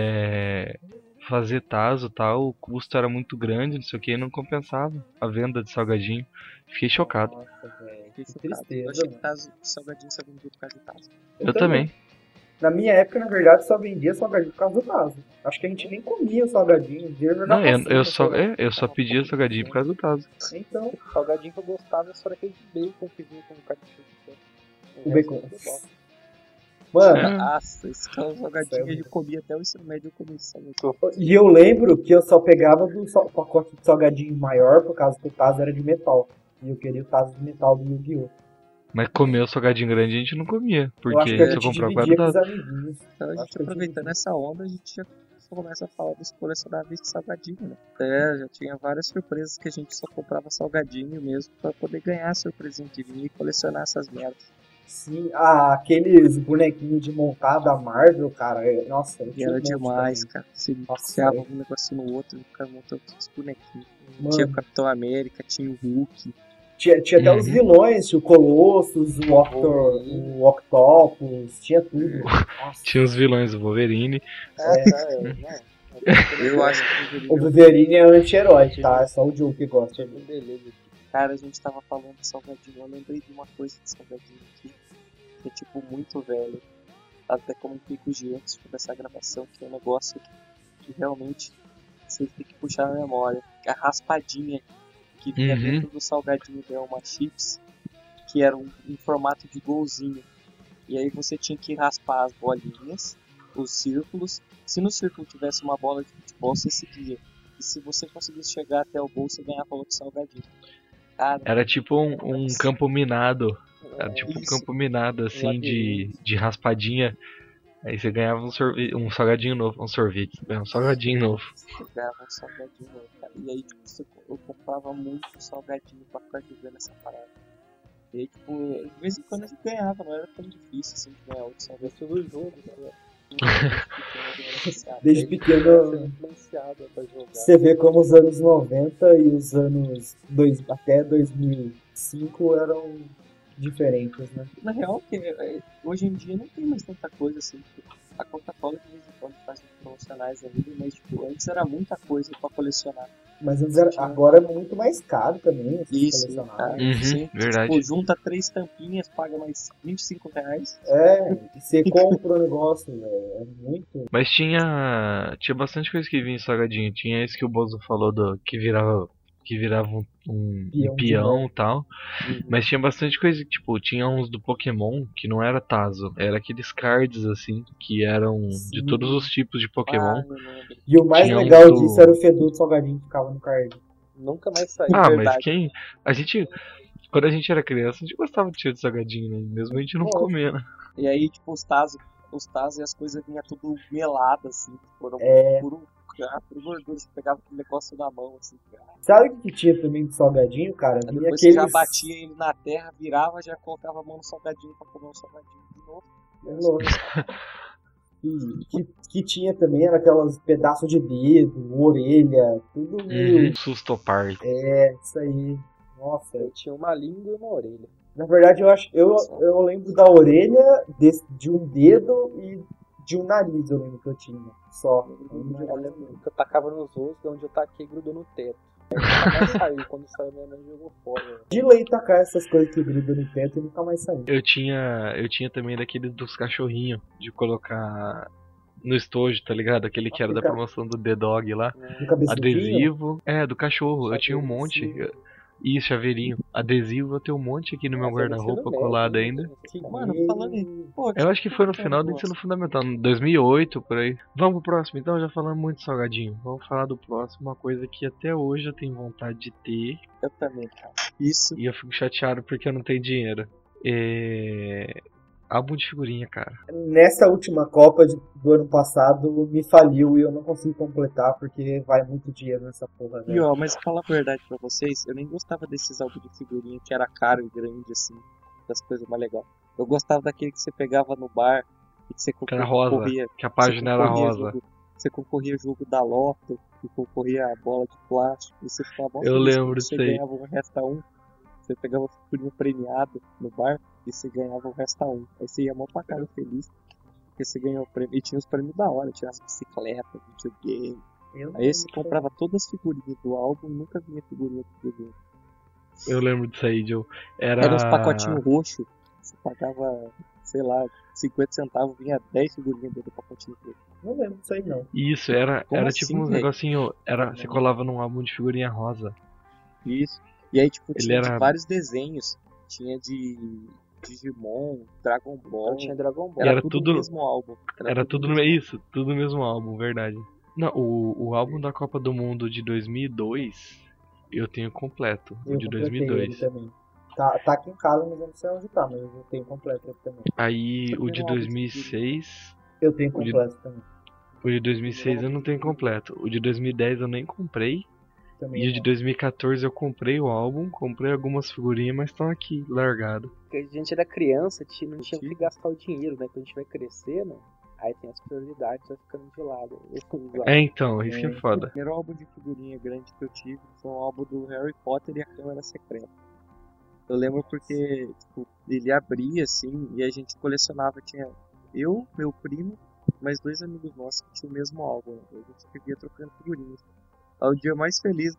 Speaker 1: Fazer Tazo e tal, o custo era muito grande, não sei o que, e não compensava a venda de salgadinho. Fiquei chocado.
Speaker 2: Nossa, velho.
Speaker 3: Fiquei
Speaker 2: Que
Speaker 3: chocado. Eu
Speaker 2: tristeza,
Speaker 3: achei que
Speaker 2: mano.
Speaker 3: tazo, salgadinho só vendia por causa de tazo.
Speaker 1: Eu também.
Speaker 2: Na minha época, na verdade, só vendia salgadinho por causa do Tazo. Acho que a gente nem comia o salgadinho.
Speaker 1: Não, eu só pedia salgadinho por causa do Tazo.
Speaker 2: Então,
Speaker 4: O salgadinho que eu gostava só era aquele de bacon que vinha com ketchup.
Speaker 2: o bacon.
Speaker 1: É.
Speaker 2: Mano,
Speaker 3: Nossa, esse é um salgadinho que a gente comia até o ensino médio, eu comia esse salgadinho.
Speaker 2: e eu lembro que eu só pegava do pacote de salgadinho maior por causa que o Tazo era de metal. E eu queria o Tazo de metal do Yu-Gi-Oh!
Speaker 1: Mas comer o salgadinho grande a gente não comia,
Speaker 2: Eu acho
Speaker 1: porque
Speaker 2: que a
Speaker 1: só
Speaker 2: gente
Speaker 1: comprava por
Speaker 2: dividia
Speaker 1: causa
Speaker 2: com
Speaker 1: do
Speaker 2: os
Speaker 1: Tazo.
Speaker 2: amiguinhos.
Speaker 3: Então a
Speaker 2: Acho
Speaker 3: gente
Speaker 2: que eu
Speaker 3: aproveitando
Speaker 2: dividia.
Speaker 3: essa onda, a gente já começa a falar dos colecionáveis de salgadinho, né? Já tinha várias surpresas que a gente só comprava salgadinho mesmo pra poder ganhar a surpresinha que vinha e colecionar essas merdas.
Speaker 2: Sim, aqueles bonequinhos de montar da Marvel, cara, nossa, eu
Speaker 3: E
Speaker 2: tinha
Speaker 3: era
Speaker 2: um monte
Speaker 3: demais,
Speaker 2: também.
Speaker 3: cara. Você
Speaker 2: Nossa,
Speaker 3: enfiava
Speaker 2: é.
Speaker 3: um negocinho no outro e ficava montando todos os bonequinhos.
Speaker 2: Mano,
Speaker 3: Tinha o Capitão América, tinha o Hulk.
Speaker 2: tinha até os
Speaker 1: Uhum.
Speaker 2: vilões, tinha o Colossus, o Octopus, tinha tudo. Nossa.
Speaker 1: Tinha os vilões do Wolverine.
Speaker 3: Eu acho que
Speaker 2: O Wolverine é anti-herói, tá? É só o Joe que gosta.
Speaker 4: Beleza.
Speaker 3: Cara, a gente tava falando de salgadinho, eu lembrei de uma coisa de salgadinho aqui, que é tipo muito velho. Até comentei com o G antes de começar a gravação, que é um negócio que realmente você tem que puxar na memória. A raspadinha que vinha
Speaker 1: Uhum.
Speaker 3: dentro do salgadinho da Elma Chips, que era em formato de golzinho. E aí você tinha que raspar as bolinhas, os círculos. Se no círculo tivesse uma bola de futebol, você seguia. E se você conseguisse chegar até o gol, você ganhava outro salgadinho. Cara,
Speaker 1: Era tipo um campo minado. Era tipo um
Speaker 3: Isso.
Speaker 1: campo minado, assim, de
Speaker 4: labirinto.
Speaker 1: raspadinha. Aí você ganhava um salgadinho novo, um sorvete, um salgadinho novo.
Speaker 3: você ganhava um salgadinho, cara. E aí, tipo, eu comprava muito salgadinho pra ficar jogando essa parada. E aí, tipo, de vez em quando a gente ganhava, não era tão difícil assim de ganhar outro salgadinho.
Speaker 4: Isso do jogo, né?
Speaker 2: Desde pequeno,
Speaker 4: Sendo influenciado pra jogar.
Speaker 2: você vê como os anos 90 e os anos até 2005 eram diferentes, né?
Speaker 3: Na real, hoje em dia não tem mais tanta coisa assim. Tipo, a Coca-Cola de vez em quando faz uns promocionais ali, mas tipo, antes era muita coisa pra colecionar.
Speaker 2: Mas agora é muito mais caro também, esses
Speaker 3: Isso,
Speaker 2: colecionáveis.
Speaker 3: cara.
Speaker 1: Uhum,
Speaker 3: Você,
Speaker 1: verdade.
Speaker 3: tipo, junta 3 tampinhas, paga mais R$25.
Speaker 2: E você compra o negócio, velho. É muito.
Speaker 1: Mas tinha bastante coisa que vinha em salgadinho. Tinha esse que o Bozo falou que virava um
Speaker 2: Peão de
Speaker 1: peão
Speaker 2: mão.
Speaker 1: e tal. Mas tinha bastante coisa, tipo, tinha uns do Pokémon que não era Tazo, era aqueles cards assim, que eram de
Speaker 2: Sim.
Speaker 1: todos os tipos de Pokémon.
Speaker 3: Ah, eu lembro.
Speaker 2: E o mais
Speaker 1: Tinha um
Speaker 2: legal
Speaker 1: do-
Speaker 2: disso era o fedor do salgadinho que ficava no card.
Speaker 4: Nunca mais saiu.
Speaker 1: Ah, mas
Speaker 3: verdade.
Speaker 1: quando a gente era criança, a gente gostava de cheiro de salgadinho, né? Mesmo a gente não
Speaker 2: Lógico.
Speaker 1: comia, né?
Speaker 3: E aí, tipo, os tazos e as coisas vinham tudo melado, assim. Foram puro gordura. Você pegava aquele negócio na mão, assim. Cara.
Speaker 2: Sabe o que tinha também de salgadinho, cara?
Speaker 3: Aí
Speaker 2: Vinha
Speaker 3: depois você já
Speaker 2: aqueles.
Speaker 3: batia ele na terra, virava, já colocava a mão no salgadinho pra comer o salgadinho de novo.
Speaker 2: É lógico. Que tinha também era aquelas pedaços de dedo, orelha, tudo meio.
Speaker 1: Susto Park.
Speaker 2: Isso aí. Nossa.
Speaker 4: Eu tinha uma língua e uma orelha.
Speaker 2: Na verdade, eu lembro da orelha, de um dedo e de um nariz, eu lembro que eu tinha. Só.
Speaker 4: Eu lembro que eu tacava nos ossos, de onde eu taquei grudou no teto. Aí nunca mais saiu. Quando saiu, minha mãe jogou fora.
Speaker 2: De lei tacar essas coisas que grudam no teto e nunca mais saiu.
Speaker 1: Eu tinha também daqueles dos cachorrinhos, de colocar no estojo, tá ligado? Aquele que era da promoção do The Dog lá.
Speaker 2: No cabeça do pinho.
Speaker 1: Adesivo. Do cachorro. Eu tinha um monte.
Speaker 2: Sim.
Speaker 1: Isso, chaveirinho. Adesivo eu tenho um monte aqui no meu guarda-roupa colado ainda.
Speaker 3: Mano, falando aí, pô,
Speaker 1: Eu acho que foi no final do ensino fundamental, em 2008, por aí. Vamos pro próximo, então, já falamos muito de salgadinho. Vamos falar do próximo, uma coisa que até hoje eu tenho vontade de ter.
Speaker 3: Eu também, cara. Isso.
Speaker 1: E eu fico chateado porque eu não tenho dinheiro. Álbum de figurinha, cara.
Speaker 2: Nessa última Copa do ano passado, me faliu e eu não consigo completar porque vai muito dinheiro nessa porra,
Speaker 3: E
Speaker 2: velho.
Speaker 3: ó, mas falar a verdade pra vocês, eu nem gostava desses álbuns de figurinha que era caro e grande, assim, das coisas mais legais. Eu gostava daquele que você pegava no bar e que você
Speaker 1: Que era rosa,
Speaker 3: concorria.
Speaker 1: que a página era rosa.
Speaker 3: Você concorria jogo da Loto, e concorria a bola de plástico, e você ficava
Speaker 1: Eu
Speaker 3: feliz
Speaker 1: lembro
Speaker 3: porque você
Speaker 1: disso aí.
Speaker 3: ganhava um resta um. Você pegava o figurinho premiado no bar e você ganhava o resta um. Aí você ia mó pra casa feliz, porque você ganhou o prêmio. E tinha os prêmios da hora, tinha as bicicletas, videogame. Aí você comprava todas as figurinhas do álbum e nunca vinha figurinha do videogame.
Speaker 1: Eu lembro disso aí, Joe.
Speaker 3: Era uns pacotinhos roxos, você pagava sei lá, 50 centavos, vinha 10 figurinhas dentro do pacotinho dele.
Speaker 2: Não lembro disso aí, não.
Speaker 1: Isso, era
Speaker 3: Como
Speaker 1: tipo
Speaker 3: assim,
Speaker 1: uns
Speaker 3: velho?
Speaker 1: negocinho. Você colava num álbum de figurinha rosa.
Speaker 3: Isso. E aí, tipo,
Speaker 1: Ele
Speaker 3: tinha
Speaker 1: era-
Speaker 3: de vários desenhos. Tinha de Digimon, Dragon Ball.
Speaker 4: Eu tinha Dragon Ball.
Speaker 3: Era
Speaker 1: Era
Speaker 3: tudo
Speaker 1: tudo-
Speaker 3: no mesmo álbum.
Speaker 1: Era tudo no isso, tudo no mesmo álbum, verdade. Não, o álbum da Copa do Mundo de 2002 eu tenho completo, o
Speaker 2: Eu
Speaker 1: de
Speaker 2: completei
Speaker 1: 2002.
Speaker 2: ele também. Tá aqui em casa, mas eu não sei onde tá, mas eu tenho completo ele também.
Speaker 1: Aí o
Speaker 3: Primeiro
Speaker 1: de
Speaker 3: álbum de
Speaker 1: 2006,
Speaker 2: Eu tenho
Speaker 1: O de-
Speaker 2: completo também.
Speaker 1: o de 2006 eu não tenho completo. O de 2010 eu nem comprei.
Speaker 2: Também
Speaker 1: E o de
Speaker 2: não.
Speaker 1: 2014 eu comprei o álbum, comprei algumas figurinhas, mas estão aqui, largado.
Speaker 4: Porque a gente era criança, não tinha que gastar o dinheiro, né? Quando a gente vai crescendo, aí tem as prioridades, vai ficando de lado.
Speaker 1: É então, isso que é
Speaker 3: O
Speaker 1: foda.
Speaker 3: primeiro álbum de figurinha grande que eu tive foi um álbum do Harry Potter e a Câmara Secreta. Eu lembro porque tipo, ele abria assim e a gente colecionava. Tinha eu, meu primo, mais 2 amigos nossos que tinham o mesmo álbum. A gente vivia trocando figurinhas. O dia mais feliz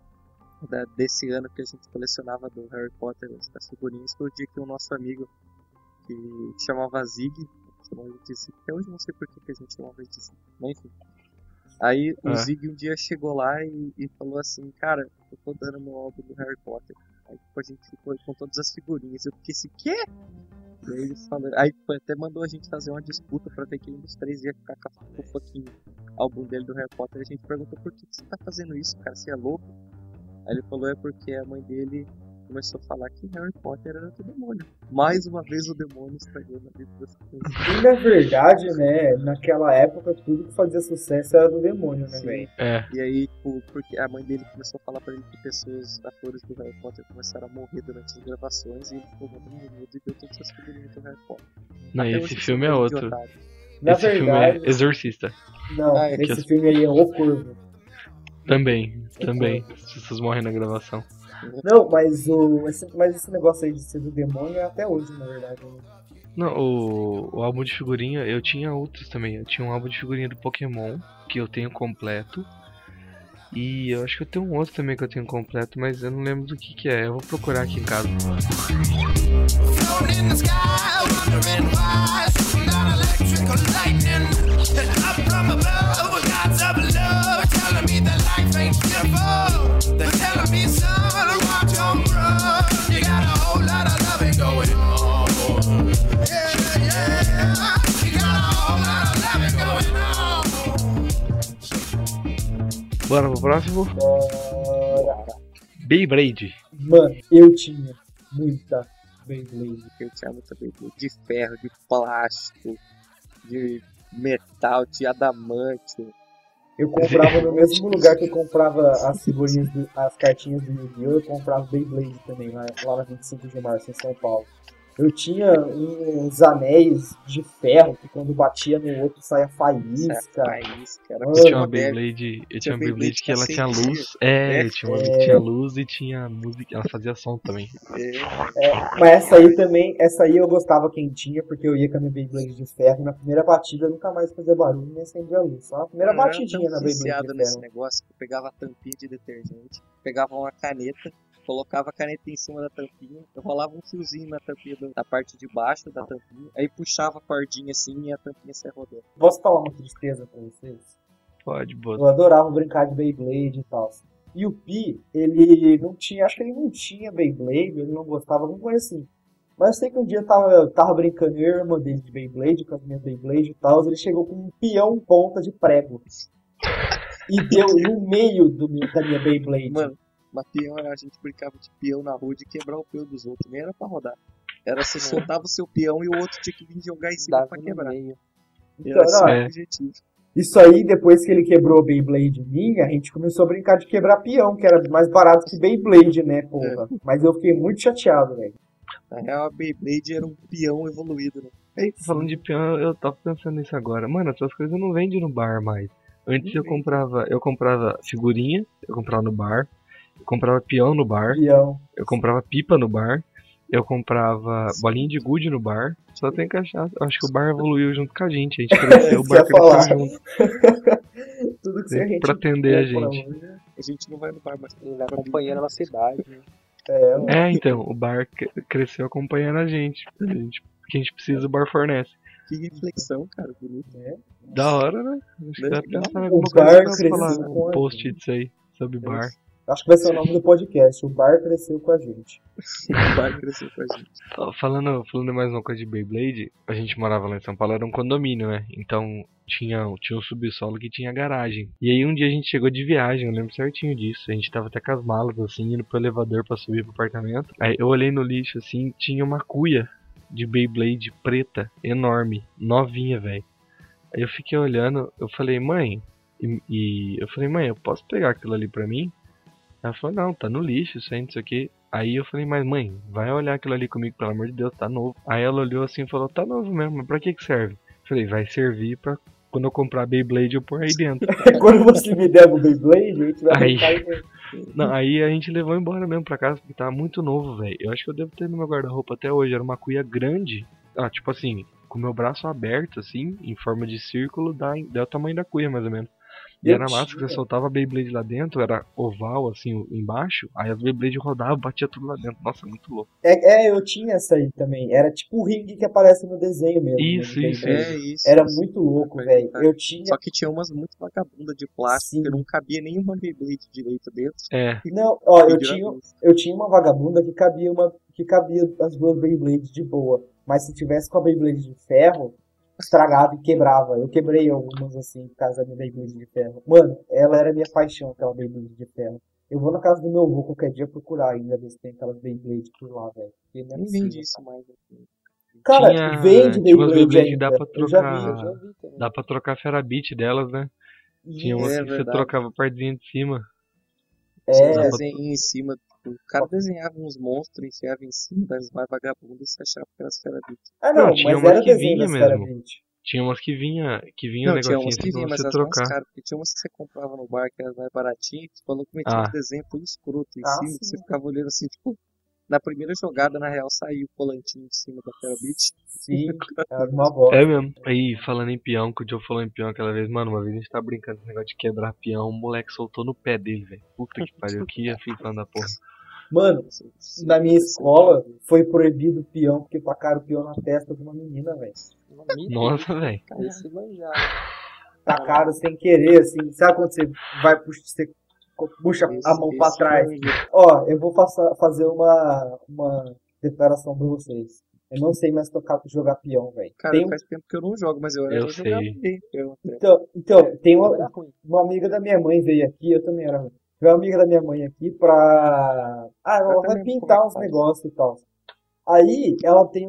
Speaker 3: desse ano que a gente colecionava do Harry Potter, as figurinhas, foi o dia que o nosso amigo, que chamava Zig, chamava ele de Zig, até hoje eu não sei por que a gente chamava ele de Zig, mas enfim. Aí o Zig um dia chegou lá e falou assim, cara, eu tô dando meu álbum do Harry Potter. Aí tipo, a gente ficou com todas as figurinhas, eu fiquei assim, quê? E aí ele falou, aí até mandou a gente fazer uma disputa pra ver quem dos 3 ia ficar com o fucking álbum dele do Harry Potter. A gente perguntou, por que você tá fazendo isso, cara, você é louco? Aí ele falou, é porque a mãe dele começou a falar que Harry Potter era do demônio. Mais uma vez o demônio estragou na vida das coisas.
Speaker 2: E na verdade, né, naquela época tudo que fazia sucesso era do demônio, né,
Speaker 3: Sim.
Speaker 2: velho?
Speaker 1: É,
Speaker 3: E aí, tipo, porque a mãe dele começou a falar pra ele que atores do Harry Potter começaram a morrer durante as gravações e ele ficou muito medo e deu todas as figurinhas do Harry Potter.
Speaker 1: não,
Speaker 3: Até
Speaker 1: esse
Speaker 3: hoje
Speaker 1: filme é
Speaker 3: eu sou
Speaker 1: outro.
Speaker 3: idiotado.
Speaker 2: Na
Speaker 1: Esse filme é
Speaker 2: verdade,
Speaker 1: Exorcista.
Speaker 2: não,
Speaker 3: Ah, é
Speaker 1: que
Speaker 2: esse
Speaker 1: as-
Speaker 2: filme aí é O Corvo.
Speaker 1: Também. As pessoas morrem na gravação.
Speaker 2: Não, mas esse negócio aí de ser do demônio é até hoje, na verdade. Né?
Speaker 1: Não, o álbum de figurinha, eu tinha outros também. Eu tinha um álbum de figurinha do Pokémon, que eu tenho completo. E eu acho que eu tenho um outro também que eu tenho completo, mas eu não lembro do que é. Eu vou procurar aqui em casa.
Speaker 5: Floating in the sky, wondering why. Shooting down electrical lightning. Up from above, gods of love, telling me that life ain't beautiful. They're telling me, son, watch on run. You got a whole lot of loving going on. Yeah, yeah. You got a whole lot of loving going on.
Speaker 1: Bora pro próximo?
Speaker 2: Bora.
Speaker 1: Beyblade.
Speaker 2: Mano, eu tinha muita Beyblade.
Speaker 3: Eu tinha muita Beyblade de ferro, de plástico, de metal, de adamante.
Speaker 2: Eu comprava no mesmo lugar que eu comprava as figurinhas, as cartinhas do Yu-Gi-Oh! Eu comprava Beyblade também, lá na 25 de março, em São Paulo. Eu tinha uns anéis de ferro que quando batia no outro saía faísca.
Speaker 3: Era
Speaker 1: Eu tinha uma
Speaker 3: moderno.
Speaker 1: Beyblade,
Speaker 3: Tinha Beyblade
Speaker 1: que ela
Speaker 3: que
Speaker 1: tinha
Speaker 3: acendia.
Speaker 1: luz. Eu tinha uma que tinha luz e tinha música, ela fazia som também.
Speaker 2: Mas essa aí eu gostava quem tinha, porque eu ia com a minha Beyblade de ferro e na primeira batida eu nunca mais fazia barulho nem acendia a luz. Só na primeira batidinha na Beyblade
Speaker 3: viciado
Speaker 2: de
Speaker 3: nesse
Speaker 2: ferro.
Speaker 3: negócio que eu pegava a tampinha de detergente, pegava uma caneta, colocava a caneta em cima da tampinha, eu rolava um fiozinho na tampinha na parte de baixo da tampinha, aí puxava a cordinha assim e a tampinha saia rodando.
Speaker 2: Posso falar uma tristeza pra vocês?
Speaker 1: Pode, boa.
Speaker 2: Eu adorava brincar de Beyblade e tal. E o Pi, ele não tinha, acho que ele não tinha Beyblade, ele não gostava, alguma coisa assim. Mas eu sei que um dia eu tava brincando, eu e a irmã dele de Beyblade, com as minhas Beyblade e tal, ele chegou com um peão ponta de prego. E deu no meio da minha Beyblade.
Speaker 3: Mano, mas peão, a gente brincava de peão na rua de quebrar o peão dos outros, nem era pra rodar. Era você soltava o seu peão e o outro tinha que vir jogar em cima
Speaker 4: Dava
Speaker 3: pra
Speaker 4: no
Speaker 3: quebrar.
Speaker 4: meio.
Speaker 3: Era esse
Speaker 2: Então,
Speaker 3: o objetivo.
Speaker 2: Isso aí, depois que ele quebrou a Beyblade minha, a gente começou a brincar de quebrar peão, que era mais barato que Beyblade, né, porra. Mas eu fiquei muito chateado, velho.
Speaker 3: Na real, a Beyblade era um peão evoluído, né?
Speaker 1: Eita, falando de peão, eu tava pensando nisso agora. Mano, essas coisas não vendem no bar mais. Antes eu comprava figurinha, eu comprava no bar, eu comprava peão no bar,
Speaker 2: Peão.
Speaker 1: eu comprava pipa no bar, eu comprava bolinha de gude no bar. Só tem que achar. Eu acho que o bar evoluiu junto com a gente cresceu, o
Speaker 2: Isso
Speaker 1: bar
Speaker 2: ia falar.
Speaker 1: cresceu junto.
Speaker 2: Tudo que
Speaker 1: Tem
Speaker 2: a gente
Speaker 1: pra atender a
Speaker 2: compra
Speaker 1: gente.
Speaker 2: hoje,
Speaker 3: A gente não vai no bar mais.
Speaker 4: Ele vai acompanhando a nossa idade, né?
Speaker 2: É,
Speaker 1: Então, o bar cresceu acompanhando a gente. A gente que a gente precisa, o bar fornece.
Speaker 3: Que reflexão, cara, bonito.
Speaker 1: Da hora, né? Acho que dá pra pensar em
Speaker 2: O
Speaker 1: alguma
Speaker 2: bar
Speaker 1: coisa pra
Speaker 2: cresceu
Speaker 1: falar
Speaker 2: com
Speaker 1: um
Speaker 2: a
Speaker 1: post
Speaker 2: gente.
Speaker 1: disso aí, sobre bar.
Speaker 2: Acho que vai ser o nome do podcast. O bar cresceu com a gente.
Speaker 3: O bar cresceu com a gente.
Speaker 1: Ó, falando mais uma coisa de Beyblade, a gente morava lá em São Paulo, era um condomínio, né? Então tinha um subsolo que tinha garagem. E aí um dia a gente chegou de viagem, eu lembro certinho disso. A gente tava até com as malas assim, indo pro elevador pra subir pro apartamento. Aí eu olhei no lixo assim, tinha uma cuia de Beyblade preta, enorme, novinha, velho. Aí eu fiquei olhando, eu falei, mãe, eu falei, mãe, eu posso pegar aquilo ali pra mim? Ela falou, não, tá no lixo, isso aí, não sei o que. Aí eu falei, mas mãe, vai olhar aquilo ali comigo, pelo amor de Deus, tá novo. Aí ela olhou assim e falou, tá novo mesmo, mas pra que serve? Eu falei, vai servir pra quando eu comprar Beyblade eu pôr aí dentro.
Speaker 2: Quando você me der o Beyblade, a gente vai
Speaker 1: Aí-
Speaker 2: botar aí dentro.
Speaker 1: Não, aí a gente levou embora mesmo pra casa, porque tava muito novo, velho. Eu acho que eu devo ter no meu guarda-roupa até hoje, era uma cuia grande. Ah, tipo assim, com o meu braço aberto, assim, em forma de círculo, dá o tamanho da cuia, mais ou menos. E
Speaker 2: Eu
Speaker 1: era massa que
Speaker 2: tinha.
Speaker 1: você soltava a Beyblade lá dentro, era oval, assim, embaixo, aí as Beyblade rodavam, batia tudo lá dentro. Nossa, muito louco.
Speaker 2: Eu tinha essa aí também. Era tipo o ringue que aparece no desenho mesmo.
Speaker 1: Isso,
Speaker 2: né, do
Speaker 1: isso,
Speaker 2: Beyblade.
Speaker 3: É isso.
Speaker 2: Era
Speaker 3: isso.
Speaker 2: muito louco,
Speaker 3: Vai
Speaker 2: velho.
Speaker 3: tentar.
Speaker 2: Eu tinha.
Speaker 3: Só que tinha umas muito vagabundas de plástico
Speaker 2: Sim.
Speaker 3: que não cabia nenhuma Beyblade direito dentro.
Speaker 1: É,
Speaker 2: Não, ó,
Speaker 3: E virava isso.
Speaker 2: eu tinha uma vagabunda que cabia as duas Beyblades de boa. Mas se tivesse com a Beyblade de ferro, estragava e quebrava. Eu quebrei algumas assim por causa da minha Beyblade de ferro. Mano, ela era minha paixão, aquela Beyblade de ferro. Eu vou na casa do meu avô qualquer dia procurar ainda, ver se tem aquelas Beyblade por lá, velho. Porque não é
Speaker 3: Nem
Speaker 2: possível,
Speaker 3: vende isso mais. Assim.
Speaker 2: Cara,
Speaker 1: tinha
Speaker 2: vende
Speaker 1: umas
Speaker 2: Beyblade
Speaker 1: Beyblade que dá
Speaker 2: ainda.
Speaker 1: pra
Speaker 2: Eu já
Speaker 1: trocar.
Speaker 2: vi.
Speaker 4: Eu já vi também.
Speaker 1: Dá pra trocar a Ferabit delas, né? Tinha umas
Speaker 3: É
Speaker 1: que você
Speaker 3: verdade.
Speaker 1: trocava a partezinha de cima.
Speaker 3: Tinha uns
Speaker 2: É,
Speaker 3: desenhinhos em cima. O cara desenhava uns monstros, enfiava em cima das mais vagabundas e achava que era as Ferabit.
Speaker 2: não,
Speaker 1: Não, tinha
Speaker 2: mas
Speaker 1: umas
Speaker 2: era
Speaker 1: que
Speaker 2: desenho
Speaker 1: vinha
Speaker 2: das
Speaker 1: mesmo.
Speaker 2: Ferabit.
Speaker 1: Tinha umas que vinha um
Speaker 3: Não, tinha
Speaker 1: negocinho
Speaker 3: umas
Speaker 1: assim
Speaker 3: que
Speaker 1: pra
Speaker 3: vinham, mas
Speaker 1: você
Speaker 3: as mais
Speaker 1: trocar.
Speaker 3: caras, porque tinha umas que você comprava no bar que eram mais baratinhas, que falou que metia
Speaker 1: Ah.
Speaker 3: uns desenhos tudo escroto em
Speaker 2: Ah,
Speaker 3: cima, que você
Speaker 2: sim.
Speaker 3: ficava olhando assim, tipo, na primeira jogada, na real, saiu o colantinho de cima da Ferabit.
Speaker 2: Sim, era uma bosta.
Speaker 1: É mesmo. Aí, falando em peão, que o Joe falou em peão aquela vez, mano, uma vez a gente tava brincando com esse negócio de quebrar peão, o moleque soltou no pé dele, velho. Puta que pariu, que aflição da porra.
Speaker 2: Mano, na minha escola foi proibido peão, porque tacaram o peão na testa de uma menina, velho.
Speaker 1: Nossa, velho.
Speaker 4: Esse manjado.
Speaker 2: Tacaram sem querer, assim. Sabe quando você vai você puxa a mão pra trás? Ó, eu vou fazer uma declaração pra vocês. Eu não sei mais jogar peão, velho.
Speaker 3: Cara, faz tempo que eu não jogo, mas eu jogava
Speaker 1: sei.
Speaker 3: bem.
Speaker 2: Então, tem
Speaker 4: Era ruim.
Speaker 2: uma amiga da minha mãe veio aqui, eu também era. Veio uma amiga da minha mãe aqui pra. Ela vai
Speaker 3: também,
Speaker 2: pintar
Speaker 3: como é que
Speaker 2: uns
Speaker 3: faz?
Speaker 2: negócios e tal. Aí ela tem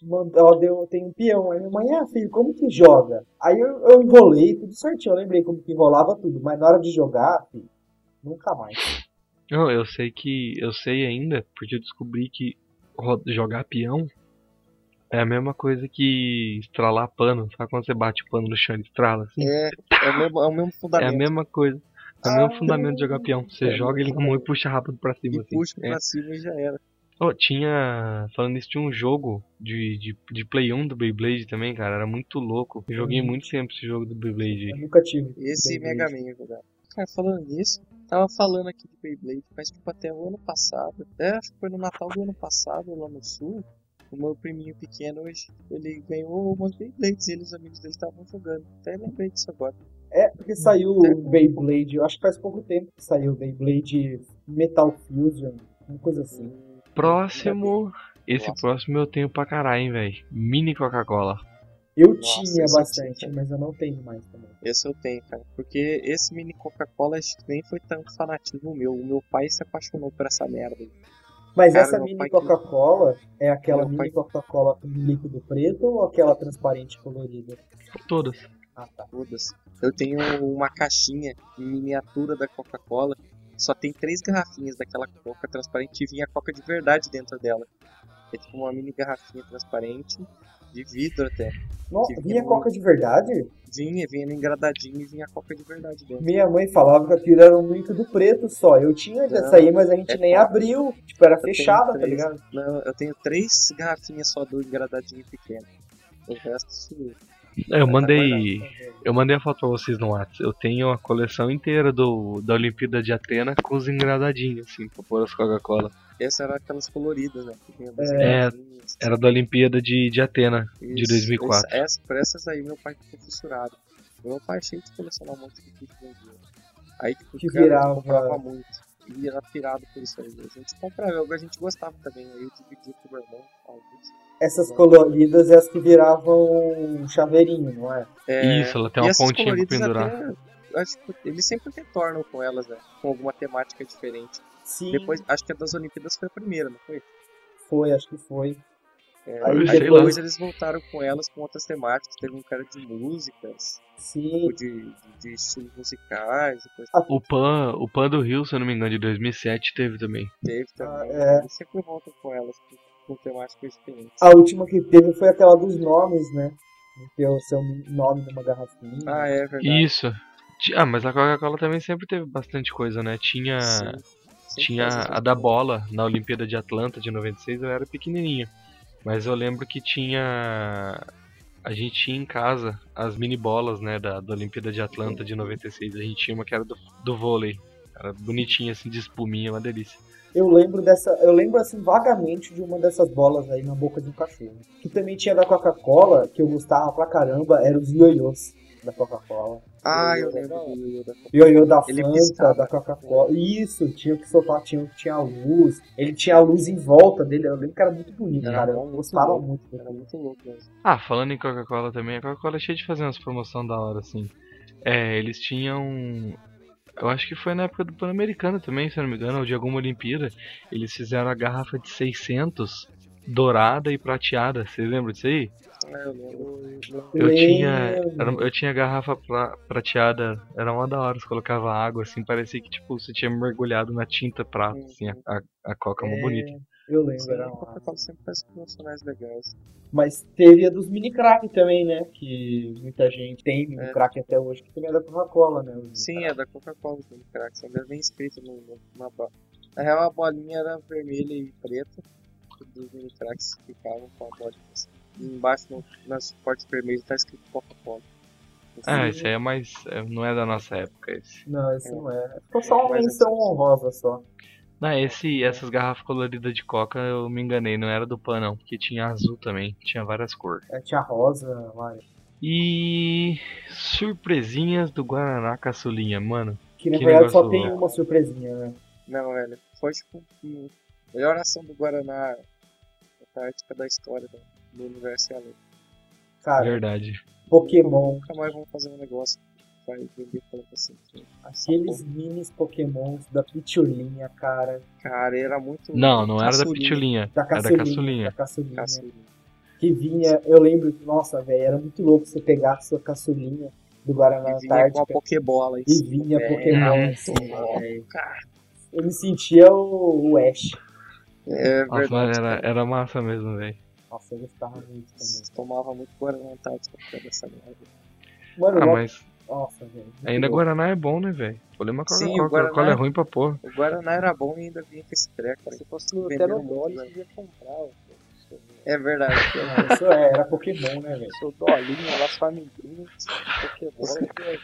Speaker 2: um peão. Aí minha mãe, filho, como que joga? Aí eu enrolei tudo certinho, eu lembrei como que enrolava tudo, mas na hora de jogar, filho, nunca mais.
Speaker 1: Não, eu sei ainda, porque eu descobri que jogar peão é a mesma coisa que estralar pano. Sabe quando você bate o pano no chão e estrala assim?
Speaker 3: É o mesmo
Speaker 1: É
Speaker 3: fundamento.
Speaker 1: a mesma coisa. É o mesmo fundamento de jogar peão. Você joga ele na mão e puxa rápido pra cima,
Speaker 3: E
Speaker 1: assim.
Speaker 3: puxa
Speaker 1: É.
Speaker 3: pra cima e já era.
Speaker 1: Oh, falando nisso, tinha um jogo de Play 1 do Beyblade também, cara. Era muito louco. Eu joguei muito tempo esse jogo do Beyblade.
Speaker 2: Eu nunca tive.
Speaker 3: Esse
Speaker 2: Beyblade.
Speaker 3: Mega Man jogava. Cara, falando nisso, tava falando aqui de Beyblade, mas tipo até o ano passado, acho que foi no Natal do ano passado, lá no sul, o meu priminho pequeno, hoje, ele ganhou umas Beyblades e os amigos dele estavam jogando. Até lembrei disso agora.
Speaker 2: Porque saiu o Beyblade, eu acho que faz pouco tempo que saiu o Beyblade Metal Fusion, uma coisa assim.
Speaker 1: Próximo. Esse
Speaker 3: Nossa.
Speaker 1: próximo eu tenho pra caralho, hein, velho. Mini Coca-Cola.
Speaker 2: Eu
Speaker 3: Nossa,
Speaker 2: tinha
Speaker 3: esse eu
Speaker 2: bastante,
Speaker 3: tinha.
Speaker 2: mas eu não tenho mais também.
Speaker 3: Esse eu tenho, cara. Porque esse mini Coca-Cola acho que nem foi tanto fanatismo meu. O meu pai se apaixonou por essa merda.
Speaker 2: Mas
Speaker 3: Cara,
Speaker 2: essa
Speaker 3: meu
Speaker 2: mini
Speaker 3: pai
Speaker 2: Coca-Cola é aquela
Speaker 3: Meu pai-
Speaker 2: mini Coca-Cola com líquido preto ou aquela transparente colorida?
Speaker 1: Todas.
Speaker 2: Ah, tá.
Speaker 3: Todas. Eu tenho uma caixinha em miniatura da Coca-Cola. Só tem 3 garrafinhas daquela Coca transparente e vinha Coca de verdade dentro dela. É tipo uma mini garrafinha transparente, de vidro até.
Speaker 2: Nossa,
Speaker 3: Que
Speaker 2: vinha
Speaker 3: vinha
Speaker 2: Coca de verdade?
Speaker 3: Vinha no engradadinho e vinha Coca de verdade dentro.
Speaker 2: Minha mãe falava que aquilo era um líquido preto só. Eu tinha dessa aí, mas a gente
Speaker 3: é
Speaker 2: nem
Speaker 3: Coca.
Speaker 2: abriu. Tipo, era
Speaker 3: Eu tenho
Speaker 2: fechada, tá
Speaker 3: 3.
Speaker 2: ligado?
Speaker 3: Não, eu tenho 3 garrafinhas só do engradadinho pequeno. O resto sumiu.
Speaker 1: Eu mandei a foto pra vocês no WhatsApp. Eu tenho a coleção inteira da Olimpíada de Atena com os engradadinhos, assim, pra pôr as Coca-Cola.
Speaker 3: Essa era aquelas coloridas, né? Que vinha das
Speaker 1: É,
Speaker 3: garrafinhas.
Speaker 1: Era da Olimpíada de Atena, de
Speaker 3: Isso,
Speaker 1: 2004.
Speaker 3: Por essas aí meu pai ficou fissurado. Meu pai é cheio de colecionar um monte de kit vendia. Aí tipo,
Speaker 2: Que
Speaker 3: o cara
Speaker 2: virava-
Speaker 3: comprava muito. E era pirado por isso aí. A gente comprava, a gente gostava também. Aí eu dividia com o meu irmão. Alguns.
Speaker 2: Essas coloridas é as que viravam chaveirinho, não é?
Speaker 1: Isso, ela tem
Speaker 3: e
Speaker 1: uma
Speaker 3: essas
Speaker 1: pontinha pra
Speaker 3: coloridas
Speaker 1: pendurar.
Speaker 3: até, acho que eles sempre retornam com elas, né? Com alguma temática diferente.
Speaker 2: Sim,
Speaker 3: Depois, acho que a das Olimpíadas foi a primeira, não foi?
Speaker 2: foi, acho que foi.
Speaker 3: É,
Speaker 2: Aí
Speaker 3: aí
Speaker 1: sei lá.
Speaker 3: depois eles voltaram com elas com outras temáticas. Teve um cara de músicas,
Speaker 2: Sim,
Speaker 3: tipo de estilos musicais, depois
Speaker 1: O Pan do Rio, se eu não me engano, de 2007 teve também.
Speaker 3: teve também.
Speaker 2: é.
Speaker 3: Eles sempre voltam com elas com temáticas diferentes.
Speaker 2: a última que teve foi aquela dos nomes, né? De ter o seu nome numa garrafinha.
Speaker 3: Ah, é verdade.
Speaker 1: Isso. Mas a Coca-Cola também sempre teve bastante coisa, né? Tinha
Speaker 3: Sempre
Speaker 1: tinha
Speaker 3: faz
Speaker 1: a da bola na Olimpíada de Atlanta de 96, eu era pequenininho. Mas eu lembro que a gente tinha em casa as mini bolas, né, da Olimpíada de Atlanta de 96. A gente tinha uma que era do vôlei. Era bonitinha, assim, de espuminha, uma delícia.
Speaker 2: Eu lembro assim vagamente de uma dessas bolas aí na boca de um cachorro. Que também tinha da Coca-Cola, que eu gostava pra caramba, eram os ioiôs da Coca-Cola.
Speaker 3: Ah, eu lembro do Ioiô da Coca-Cola.
Speaker 2: Ioiô da
Speaker 3: Ele
Speaker 2: Fanta,
Speaker 3: piscava.
Speaker 2: da Coca-Cola. Isso, tinha que soltar, tinha a luz. Ele tinha a luz em volta dele. Eu lembro que era muito bonito,
Speaker 3: Era
Speaker 2: cara.
Speaker 3: bom,
Speaker 2: Eu
Speaker 3: muito
Speaker 2: gostava
Speaker 3: louco.
Speaker 2: muito
Speaker 3: Era
Speaker 2: daquilo.
Speaker 3: muito louco mesmo.
Speaker 1: Falando em Coca-Cola também, a Coca-Cola é cheia de fazer umas promoções da hora, assim. Eles tinham... Eu acho que foi na época do Pan-Americano também, se eu não me engano, ou de alguma Olimpíada. Eles fizeram a garrafa de 600, dourada e prateada. Vocês lembram disso aí?
Speaker 3: Ah, eu lembro.
Speaker 1: Eu tinha garrafa prateada, era uma da hora, você colocava água, assim, parecia que tipo, você tinha mergulhado na tinta prata, assim, a coca muito bonita.
Speaker 2: Eu lembro,
Speaker 3: Sim,
Speaker 2: era
Speaker 3: a Coca-Cola
Speaker 2: massa.
Speaker 3: sempre faz promocionais legais.
Speaker 2: Mas teve a dos mini crack também, né? Que muita gente tem mini crack até hoje, que também é da Coca-Cola, né? os
Speaker 3: Sim,
Speaker 2: mini
Speaker 3: é da Coca-Cola, os mini cracks. Ainda vem escrito na bola. Na real, a bolinha era vermelha e preta. Dos mini cracks ficavam com a bolinha assim. E embaixo, nas portas vermelhas, tá escrito Coca-Cola.
Speaker 1: Esse aí é mais. Não é da nossa época, esse.
Speaker 2: Não, esse não é. Ficou só uma
Speaker 3: Mas
Speaker 2: menção honrosa só.
Speaker 1: Não, essas garrafas coloridas de coca eu me enganei, não era do Pan não, porque tinha azul também, tinha várias cores.
Speaker 2: Tinha rosa, laranja.
Speaker 1: E. Surpresinhas do Guaraná Caçulinha, mano.
Speaker 2: Que na
Speaker 1: Que
Speaker 2: verdade só
Speaker 1: negócio
Speaker 2: tem
Speaker 1: louco.
Speaker 2: uma surpresinha, né?
Speaker 3: Não, velho. Foi tipo a melhor ação do Guaraná Antártica da história do universo e além.
Speaker 2: Cara,
Speaker 1: Verdade.
Speaker 2: Pokémon.
Speaker 3: Nunca mais vão fazer um negócio que vai vender tanto assim.
Speaker 2: Aqueles minis Pokémons da Pichulinha, cara.
Speaker 3: Cara, era muito.
Speaker 1: Não era da
Speaker 3: caçulinha.
Speaker 1: Pitulinha,
Speaker 2: Da
Speaker 1: era da
Speaker 2: caçulinha.
Speaker 1: Caçulinha.
Speaker 2: Da caçulinha.
Speaker 3: Caçulinha.
Speaker 2: Que vinha, eu lembro, nossa, velho, era muito louco você pegar a sua caçulinha do Guaraná
Speaker 3: E vinha com a
Speaker 2: Antártica
Speaker 3: Pokébola em
Speaker 2: e
Speaker 3: cima,
Speaker 2: vinha
Speaker 3: velho.
Speaker 2: Pokémon
Speaker 1: Uhum.
Speaker 2: assim, velho.
Speaker 3: Cara,
Speaker 2: Eu me sentia o Ash.
Speaker 3: é
Speaker 1: Nossa, mas
Speaker 3: verdade.
Speaker 1: era massa mesmo, velho.
Speaker 2: Nossa, eu gostava muito também.
Speaker 3: Tomava muito Guaraná Antártica por causa dessa merda.
Speaker 2: Mano,
Speaker 1: Mas
Speaker 2: nossa, velho. muito
Speaker 1: ainda
Speaker 2: louco.
Speaker 1: Guaraná é bom, né, velho? O problema é
Speaker 3: Sim,
Speaker 1: Coca-Cola.
Speaker 3: o Guaraná
Speaker 1: Coca-Cola é
Speaker 3: é-
Speaker 1: ruim pra porra.
Speaker 3: O Guaraná era bom e ainda vinha com esse treco. Cara.
Speaker 4: Se fosse no
Speaker 3: Venderam
Speaker 4: Nutella
Speaker 3: muito,
Speaker 4: Dolly,
Speaker 3: né?
Speaker 4: você devia comprar. Pô.
Speaker 3: É verdade.
Speaker 2: Isso era Pokémon, né, velho?
Speaker 4: Seu Dolinho lá, sua amiguinha, Pokébola,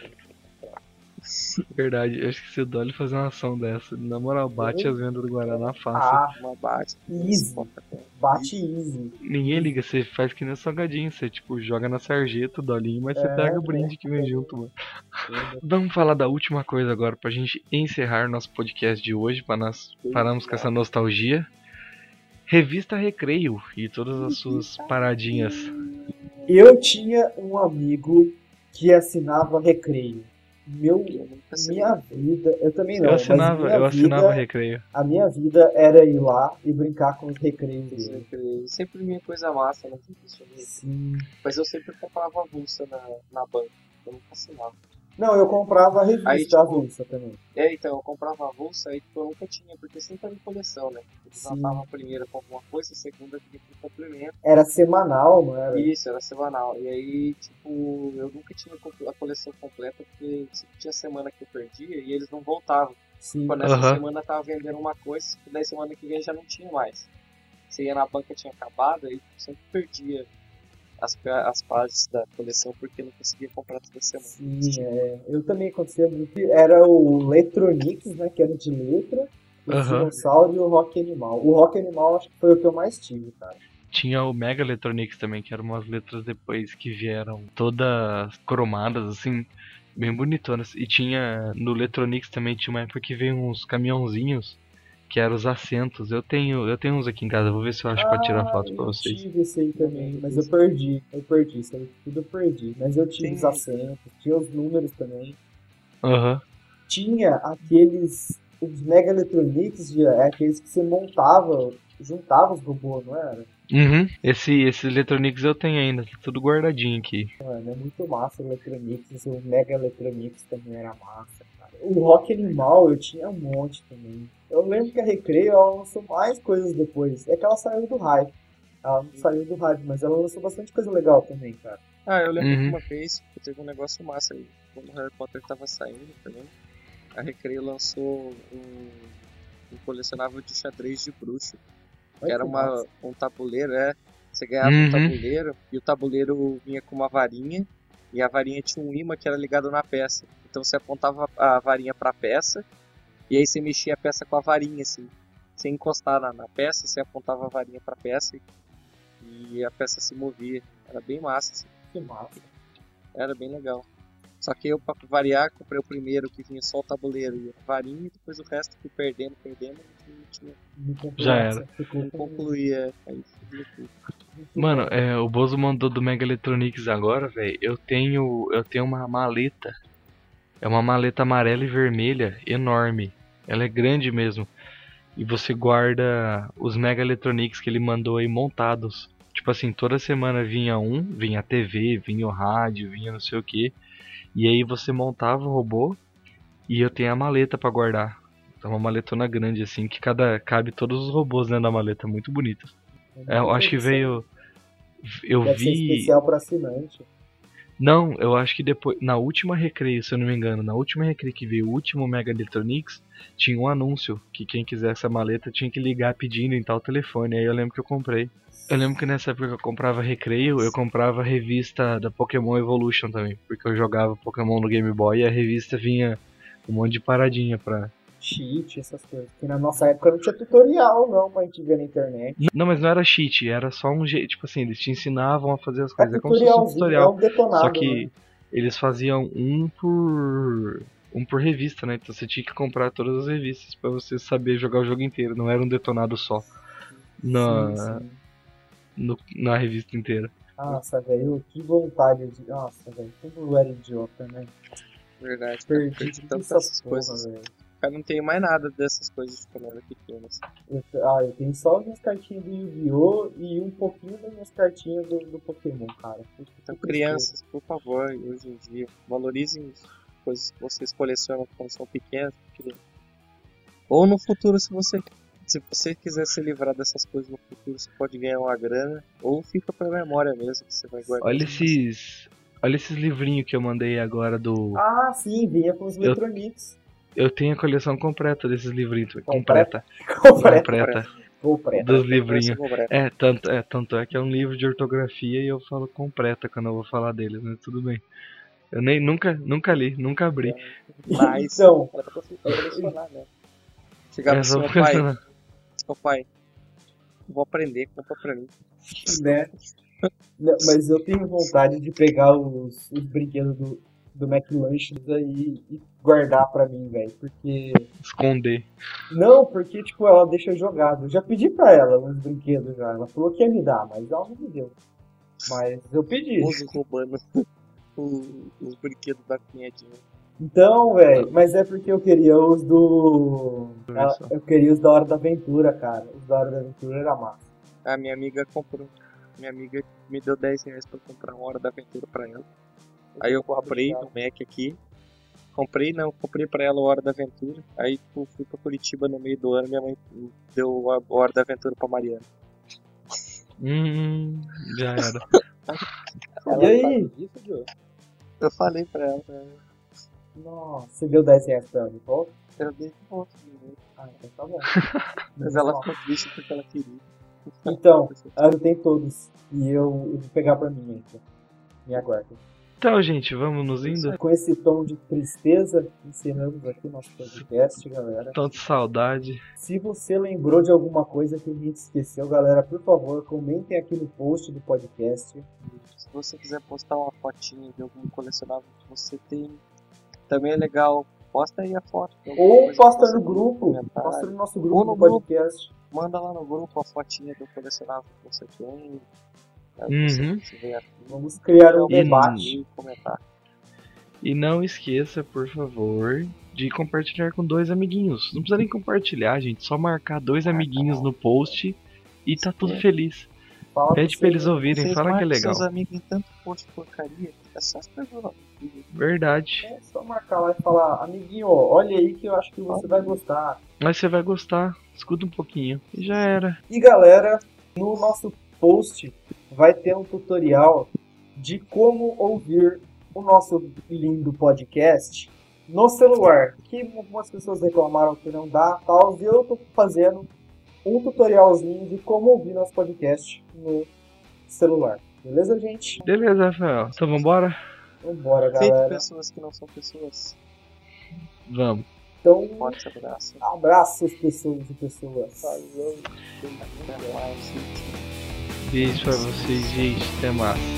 Speaker 1: Verdade, eu acho que se o Dolly fazer uma ação dessa, na moral, bate as vendas do Guaraná fácil.
Speaker 2: Ah,
Speaker 3: Uma bate.
Speaker 2: Easy. Bate easy.
Speaker 1: Ninguém liga, você faz que nem salgadinho, você tipo joga na sarjeta o Dolinho, mas você
Speaker 2: É,
Speaker 1: pega o brinde que vem junto, mano. Vamos falar da última coisa agora pra gente encerrar nosso podcast de hoje, pra nós pararmos com essa nostalgia. Revista Recreio e todas as suas paradinhas.
Speaker 2: Eu tinha um amigo que assinava Recreio. Minha vida, eu também não,
Speaker 1: Eu
Speaker 2: mas
Speaker 1: assinava Recreio.
Speaker 2: a minha vida era ir lá e brincar com os recreios dele.
Speaker 3: Sempre vinha coisa massa, né?
Speaker 2: Sim.
Speaker 3: Mas eu sempre comprava avulsa na banca. Eu nunca assinava.
Speaker 2: Não, eu comprava a revista
Speaker 3: Aí, tipo,
Speaker 2: avulsa também.
Speaker 3: Então, eu comprava avulsa e tipo, eu nunca tinha, porque sempre era em coleção, né? Eles
Speaker 2: Sim.
Speaker 3: lançavam a primeira com alguma coisa, a segunda vinha com complemento.
Speaker 2: Era semanal, não era?
Speaker 3: Isso, era semanal. E aí, tipo, eu nunca tinha a coleção completa, porque sempre tinha semana que eu perdia e eles não voltavam.
Speaker 2: Sim.
Speaker 3: Quando nessa
Speaker 1: Aham.
Speaker 3: semana tava vendendo uma coisa, daí semana que vem já não tinha mais. Você ia na banca, tinha acabado, aí sempre perdia as páginas da coleção porque não conseguia comprar toda semana.
Speaker 2: Sim, eu também acontecia muito. Era o Letronix, né, que era de letra, O
Speaker 1: Aham.
Speaker 2: Dinossauro e o Rock Animal. O Rock Animal acho que foi o que eu mais tive, cara.
Speaker 1: Tinha o Mega Electronics também, que eram umas letras depois que vieram todas cromadas, assim, bem bonitonas. E tinha no Electronics também, tinha uma época que veio uns caminhãozinhos, que eram os assentos. Eu tenho uns aqui em casa, vou ver se eu acho pra tirar foto pra
Speaker 2: Eu
Speaker 1: vocês.
Speaker 2: tive esse aí também, mas eu perdi. Isso aí tudo eu perdi. Mas eu tive
Speaker 3: Sim.
Speaker 2: os assentos, tinha os números também.
Speaker 1: Aham.
Speaker 2: Tinha aqueles. Os Mega Electronics, aqueles que você montava, juntava os robôs, não era?
Speaker 1: Uhum. Esse Electronics eu tenho ainda, tá tudo guardadinho aqui.
Speaker 2: Mano, é muito massa o Electronics, o Mega Electronics também era massa, cara. O Rock Animal eu tinha um monte também. Eu lembro que a Recreio ela lançou mais coisas depois. É que ela saiu do hype. Ela não saiu do hype, mas ela lançou bastante coisa legal também, cara.
Speaker 3: Ah, eu lembro que
Speaker 1: Uhum.
Speaker 3: uma vez que teve um negócio massa aí. Quando o Harry Potter tava saindo também, a Recreio lançou um colecionável de xadrez de bruxo.
Speaker 2: Olha
Speaker 3: Que era
Speaker 2: que massa.
Speaker 3: um tabuleiro, Você ganhava
Speaker 1: Uhum.
Speaker 3: um tabuleiro e o tabuleiro vinha com uma varinha e a varinha tinha um imã que era ligado na peça. Então você apontava a varinha pra peça e aí você mexia a peça com a varinha, assim. Sem encostar na peça, você apontava a varinha pra peça e a peça se movia. Era bem massa, assim.
Speaker 2: Que massa.
Speaker 3: Era bem legal. Só que eu, pra variar, comprei o primeiro que vinha só o tabuleiro e a varinha e depois o resto fui perdendo e não tinha.
Speaker 2: Me comprou
Speaker 1: Já
Speaker 2: essa,
Speaker 1: era.
Speaker 2: ficou
Speaker 3: Não
Speaker 2: com-
Speaker 3: concluía. Aí fudeu tudo.
Speaker 1: Mano, o Bozo mandou do Mega Electronics agora, velho. Eu tenho uma maleta. É uma maleta amarela e vermelha enorme. Ela é grande mesmo. E você guarda os Mega Electronics que ele mandou aí montados. Tipo assim, toda semana vinha a TV, vinha o rádio, vinha não sei o que. E aí você montava o robô e eu tenho a maleta pra guardar. É uma maletona grande assim, que cabe todos os robôs dentro da maleta, muito bonita. Eu acho que veio. Eu
Speaker 2: Deve ser
Speaker 1: vi.
Speaker 2: especial pra assinante.
Speaker 1: Não, eu acho que depois. Na última recreio, se eu não me engano, na última recreio que veio o último Mega Electronics, tinha um anúncio que quem quisesse a maleta tinha que ligar pedindo em tal telefone. Aí eu lembro que eu comprei. Eu lembro que nessa época que eu comprava recreio, eu comprava a revista da Pokémon Evolution também. Porque eu jogava Pokémon no Game Boy e a revista vinha um monte de paradinha pra.
Speaker 2: Cheat, essas coisas. Porque na nossa época não tinha tutorial, não, pra gente ver na internet.
Speaker 1: Não, mas não era cheat, era só um jeito. Tipo assim, eles te ensinavam a fazer as
Speaker 2: É
Speaker 1: coisas. É como se fosse um
Speaker 2: tutorialzinho, é
Speaker 1: tutorial.
Speaker 2: um detonado,
Speaker 1: Só que
Speaker 2: né?
Speaker 1: eles faziam um por revista, né? Então você tinha que comprar todas as revistas pra você saber jogar o jogo inteiro. Não era um detonado só na,
Speaker 2: Sim.
Speaker 1: na revista inteira.
Speaker 2: Nossa, velho, que vontade de. Nossa, velho, como eu era idiota, né?
Speaker 3: Verdade, cara.
Speaker 2: Perdi
Speaker 3: Perdi
Speaker 2: tudo
Speaker 3: tantas
Speaker 2: essas
Speaker 3: coisas.
Speaker 2: coisas, velho.
Speaker 3: Cara, não tenho mais nada dessas coisas de quando eu era pequeno. Assim.
Speaker 2: Eu tenho só as minhas cartinhas do Yu-Gi-Oh! E um pouquinho das minhas cartinhas do Pokémon, cara. Puta,
Speaker 3: Então,
Speaker 2: que
Speaker 3: crianças, por favor, hoje em dia, valorizem as coisas que vocês colecionam quando são pequenos. Porque... Ou no futuro, se você quiser se livrar dessas coisas no futuro, você pode ganhar uma grana. Ou fica pra memória mesmo, que você vai guardar.
Speaker 1: Olha esses livrinhos que eu mandei agora do.
Speaker 2: Ah, sim, vinha com os Electronics.
Speaker 1: Eu tenho a coleção completa desses livrinhos.
Speaker 2: Completa?
Speaker 1: Completa.
Speaker 2: Completa.
Speaker 1: Dos livrinhos.
Speaker 3: Completa.
Speaker 1: Tanto é que é um livro de ortografia e eu falo completa quando eu vou falar deles, né? Tudo bem. Eu nunca li, nunca abri.
Speaker 3: Mas,
Speaker 2: Então,
Speaker 4: Era pra você colecionar, né?
Speaker 3: chegava
Speaker 1: É
Speaker 3: assim,
Speaker 1: só
Speaker 3: meu
Speaker 1: porque
Speaker 3: pai, ô pai, vou aprender, compra pra mim.
Speaker 2: né? Não, mas eu tenho vontade de pegar os brinquedos do McLanche aí e guardar pra mim, velho. Porque.
Speaker 1: esconder.
Speaker 2: Não, porque, tipo, ela deixa jogado. Eu já pedi pra ela uns brinquedos já. Ela falou que ia me dar, mas ela não me deu. Mas eu pedi.
Speaker 3: Uso roubando os brinquedos da cunhadinha.
Speaker 2: Então, velho, mas é porque eu queria os do. Eu queria os da Hora da Aventura, cara. Os da Hora da Aventura era massa.
Speaker 3: A minha amiga comprou. Minha amiga me deu R$10 pra comprar uma Hora da Aventura pra ela. Aí eu comprei no Mac aqui. Comprei pra ela a Hora da Aventura. Aí tipo, fui pra Curitiba no meio do ano, minha mãe deu a Hora da Aventura pra Mariana.
Speaker 1: Já era.
Speaker 4: Ela
Speaker 2: E aí?
Speaker 4: sabe disso, Joe?
Speaker 3: Eu falei pra ela, né?
Speaker 2: Nossa, você deu R$10 pra ela de volta?
Speaker 3: Eu dei de volta, né?
Speaker 2: Ah, então tá bom.
Speaker 3: Mas ela ficou triste porque ela queria.
Speaker 2: Então, eu tenho todos. E eu vou pegar pra mim, então. Me aguarda.
Speaker 1: Então, gente, vamos nos indo.
Speaker 2: Com esse tom de tristeza, encerramos aqui nosso podcast, galera.
Speaker 1: Tom de saudade.
Speaker 2: Se você lembrou de alguma coisa que a gente esqueceu, galera, por favor, comentem aqui no post do podcast.
Speaker 3: Se você quiser postar uma fotinha de algum colecionável que você tem, também é legal. Posta aí a foto.
Speaker 2: Ou posta no grupo. Posta no nosso grupo do podcast.
Speaker 3: Manda lá no grupo a fotinha do colecionável que você tem.
Speaker 1: Uhum.
Speaker 2: Vamos criar um debate
Speaker 3: e comentar.
Speaker 1: E não esqueça, por favor, de compartilhar com 2 amiguinhos. Não precisa nem compartilhar, gente. Só marcar 2 amiguinhos no post e tá tudo feliz. Pede pra eles ouvirem, fala que é legal.
Speaker 3: Seus amigos em tanto post porcaria, é só escrever.
Speaker 1: Verdade.
Speaker 2: É só marcar lá e falar, amiguinho, ó, olha aí que eu acho que você vai gostar.
Speaker 1: Mas você vai gostar, escuta um pouquinho. E já era.
Speaker 2: E galera, no nosso post vai ter um tutorial de como ouvir o nosso lindo podcast no celular. Que algumas pessoas reclamaram que não dá, tal, e eu tô fazendo um tutorialzinho de como ouvir nosso podcast no celular. Beleza, gente?
Speaker 1: Beleza, Rafael. Então vambora?
Speaker 2: Vambora,
Speaker 3: Feito
Speaker 2: galera.
Speaker 3: pessoas que não são pessoas.
Speaker 1: Vamos.
Speaker 2: Então,
Speaker 3: Forte abraço.
Speaker 2: abraços, pessoas e pessoas.
Speaker 3: Até mais, gente.
Speaker 1: Beijo pra vocês, gente. Até mais.